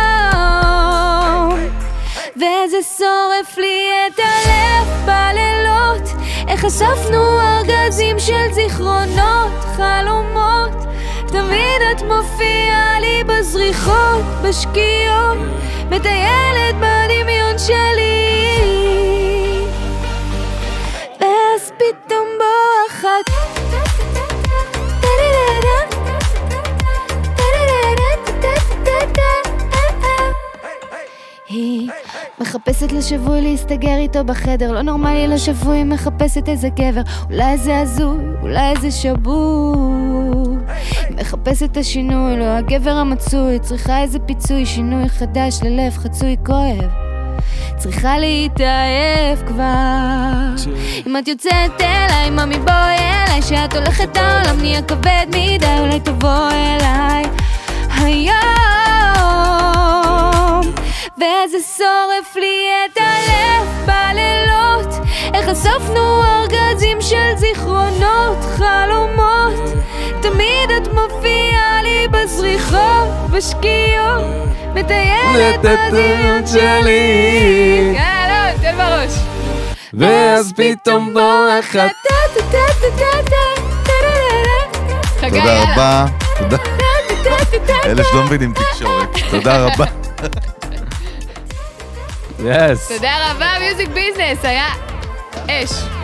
וזה שורף לי את הלב בלילות. איך אספנו ארגזים של זיכרונות, חלומות. תמיד את מופיעה לי בזריחות, בשקיעות, מטיילת בדמיון שלי. ואז פתאום בוחת היא מחפשת לשבוי להסתגר איתו בחדר. לא נורמלי לשבוי, מחפשת איזה גבר. אולי איזה הזוי, אולי איזה שבוי. מחפשת את השינוי, לא הגבר המצוי. צריכה איזה פיצוי, שינוי חדש ללב חצוי כואב. צריכה להתאהב כבר. אם את יוצאת אליי, ממי בואי אליי. שאת הולכת העולם נהיה כבד מדי. אולי תבוא אליי היום. וזה שורף לי את הלב בלילות. איך אספנו ארגזים של זיכרונות, חלומות. תמיד את מופיעה לי בזריחות, בשקיעות, מטיילת בדמיון שלי. יאללה, תן בראש. ואז פתאום בורחת. תודה רבה. אלה שלא מבינים תקשורת. תודה רבה. יס. תודה רבה, מיוזיק ביזנס, היה אש.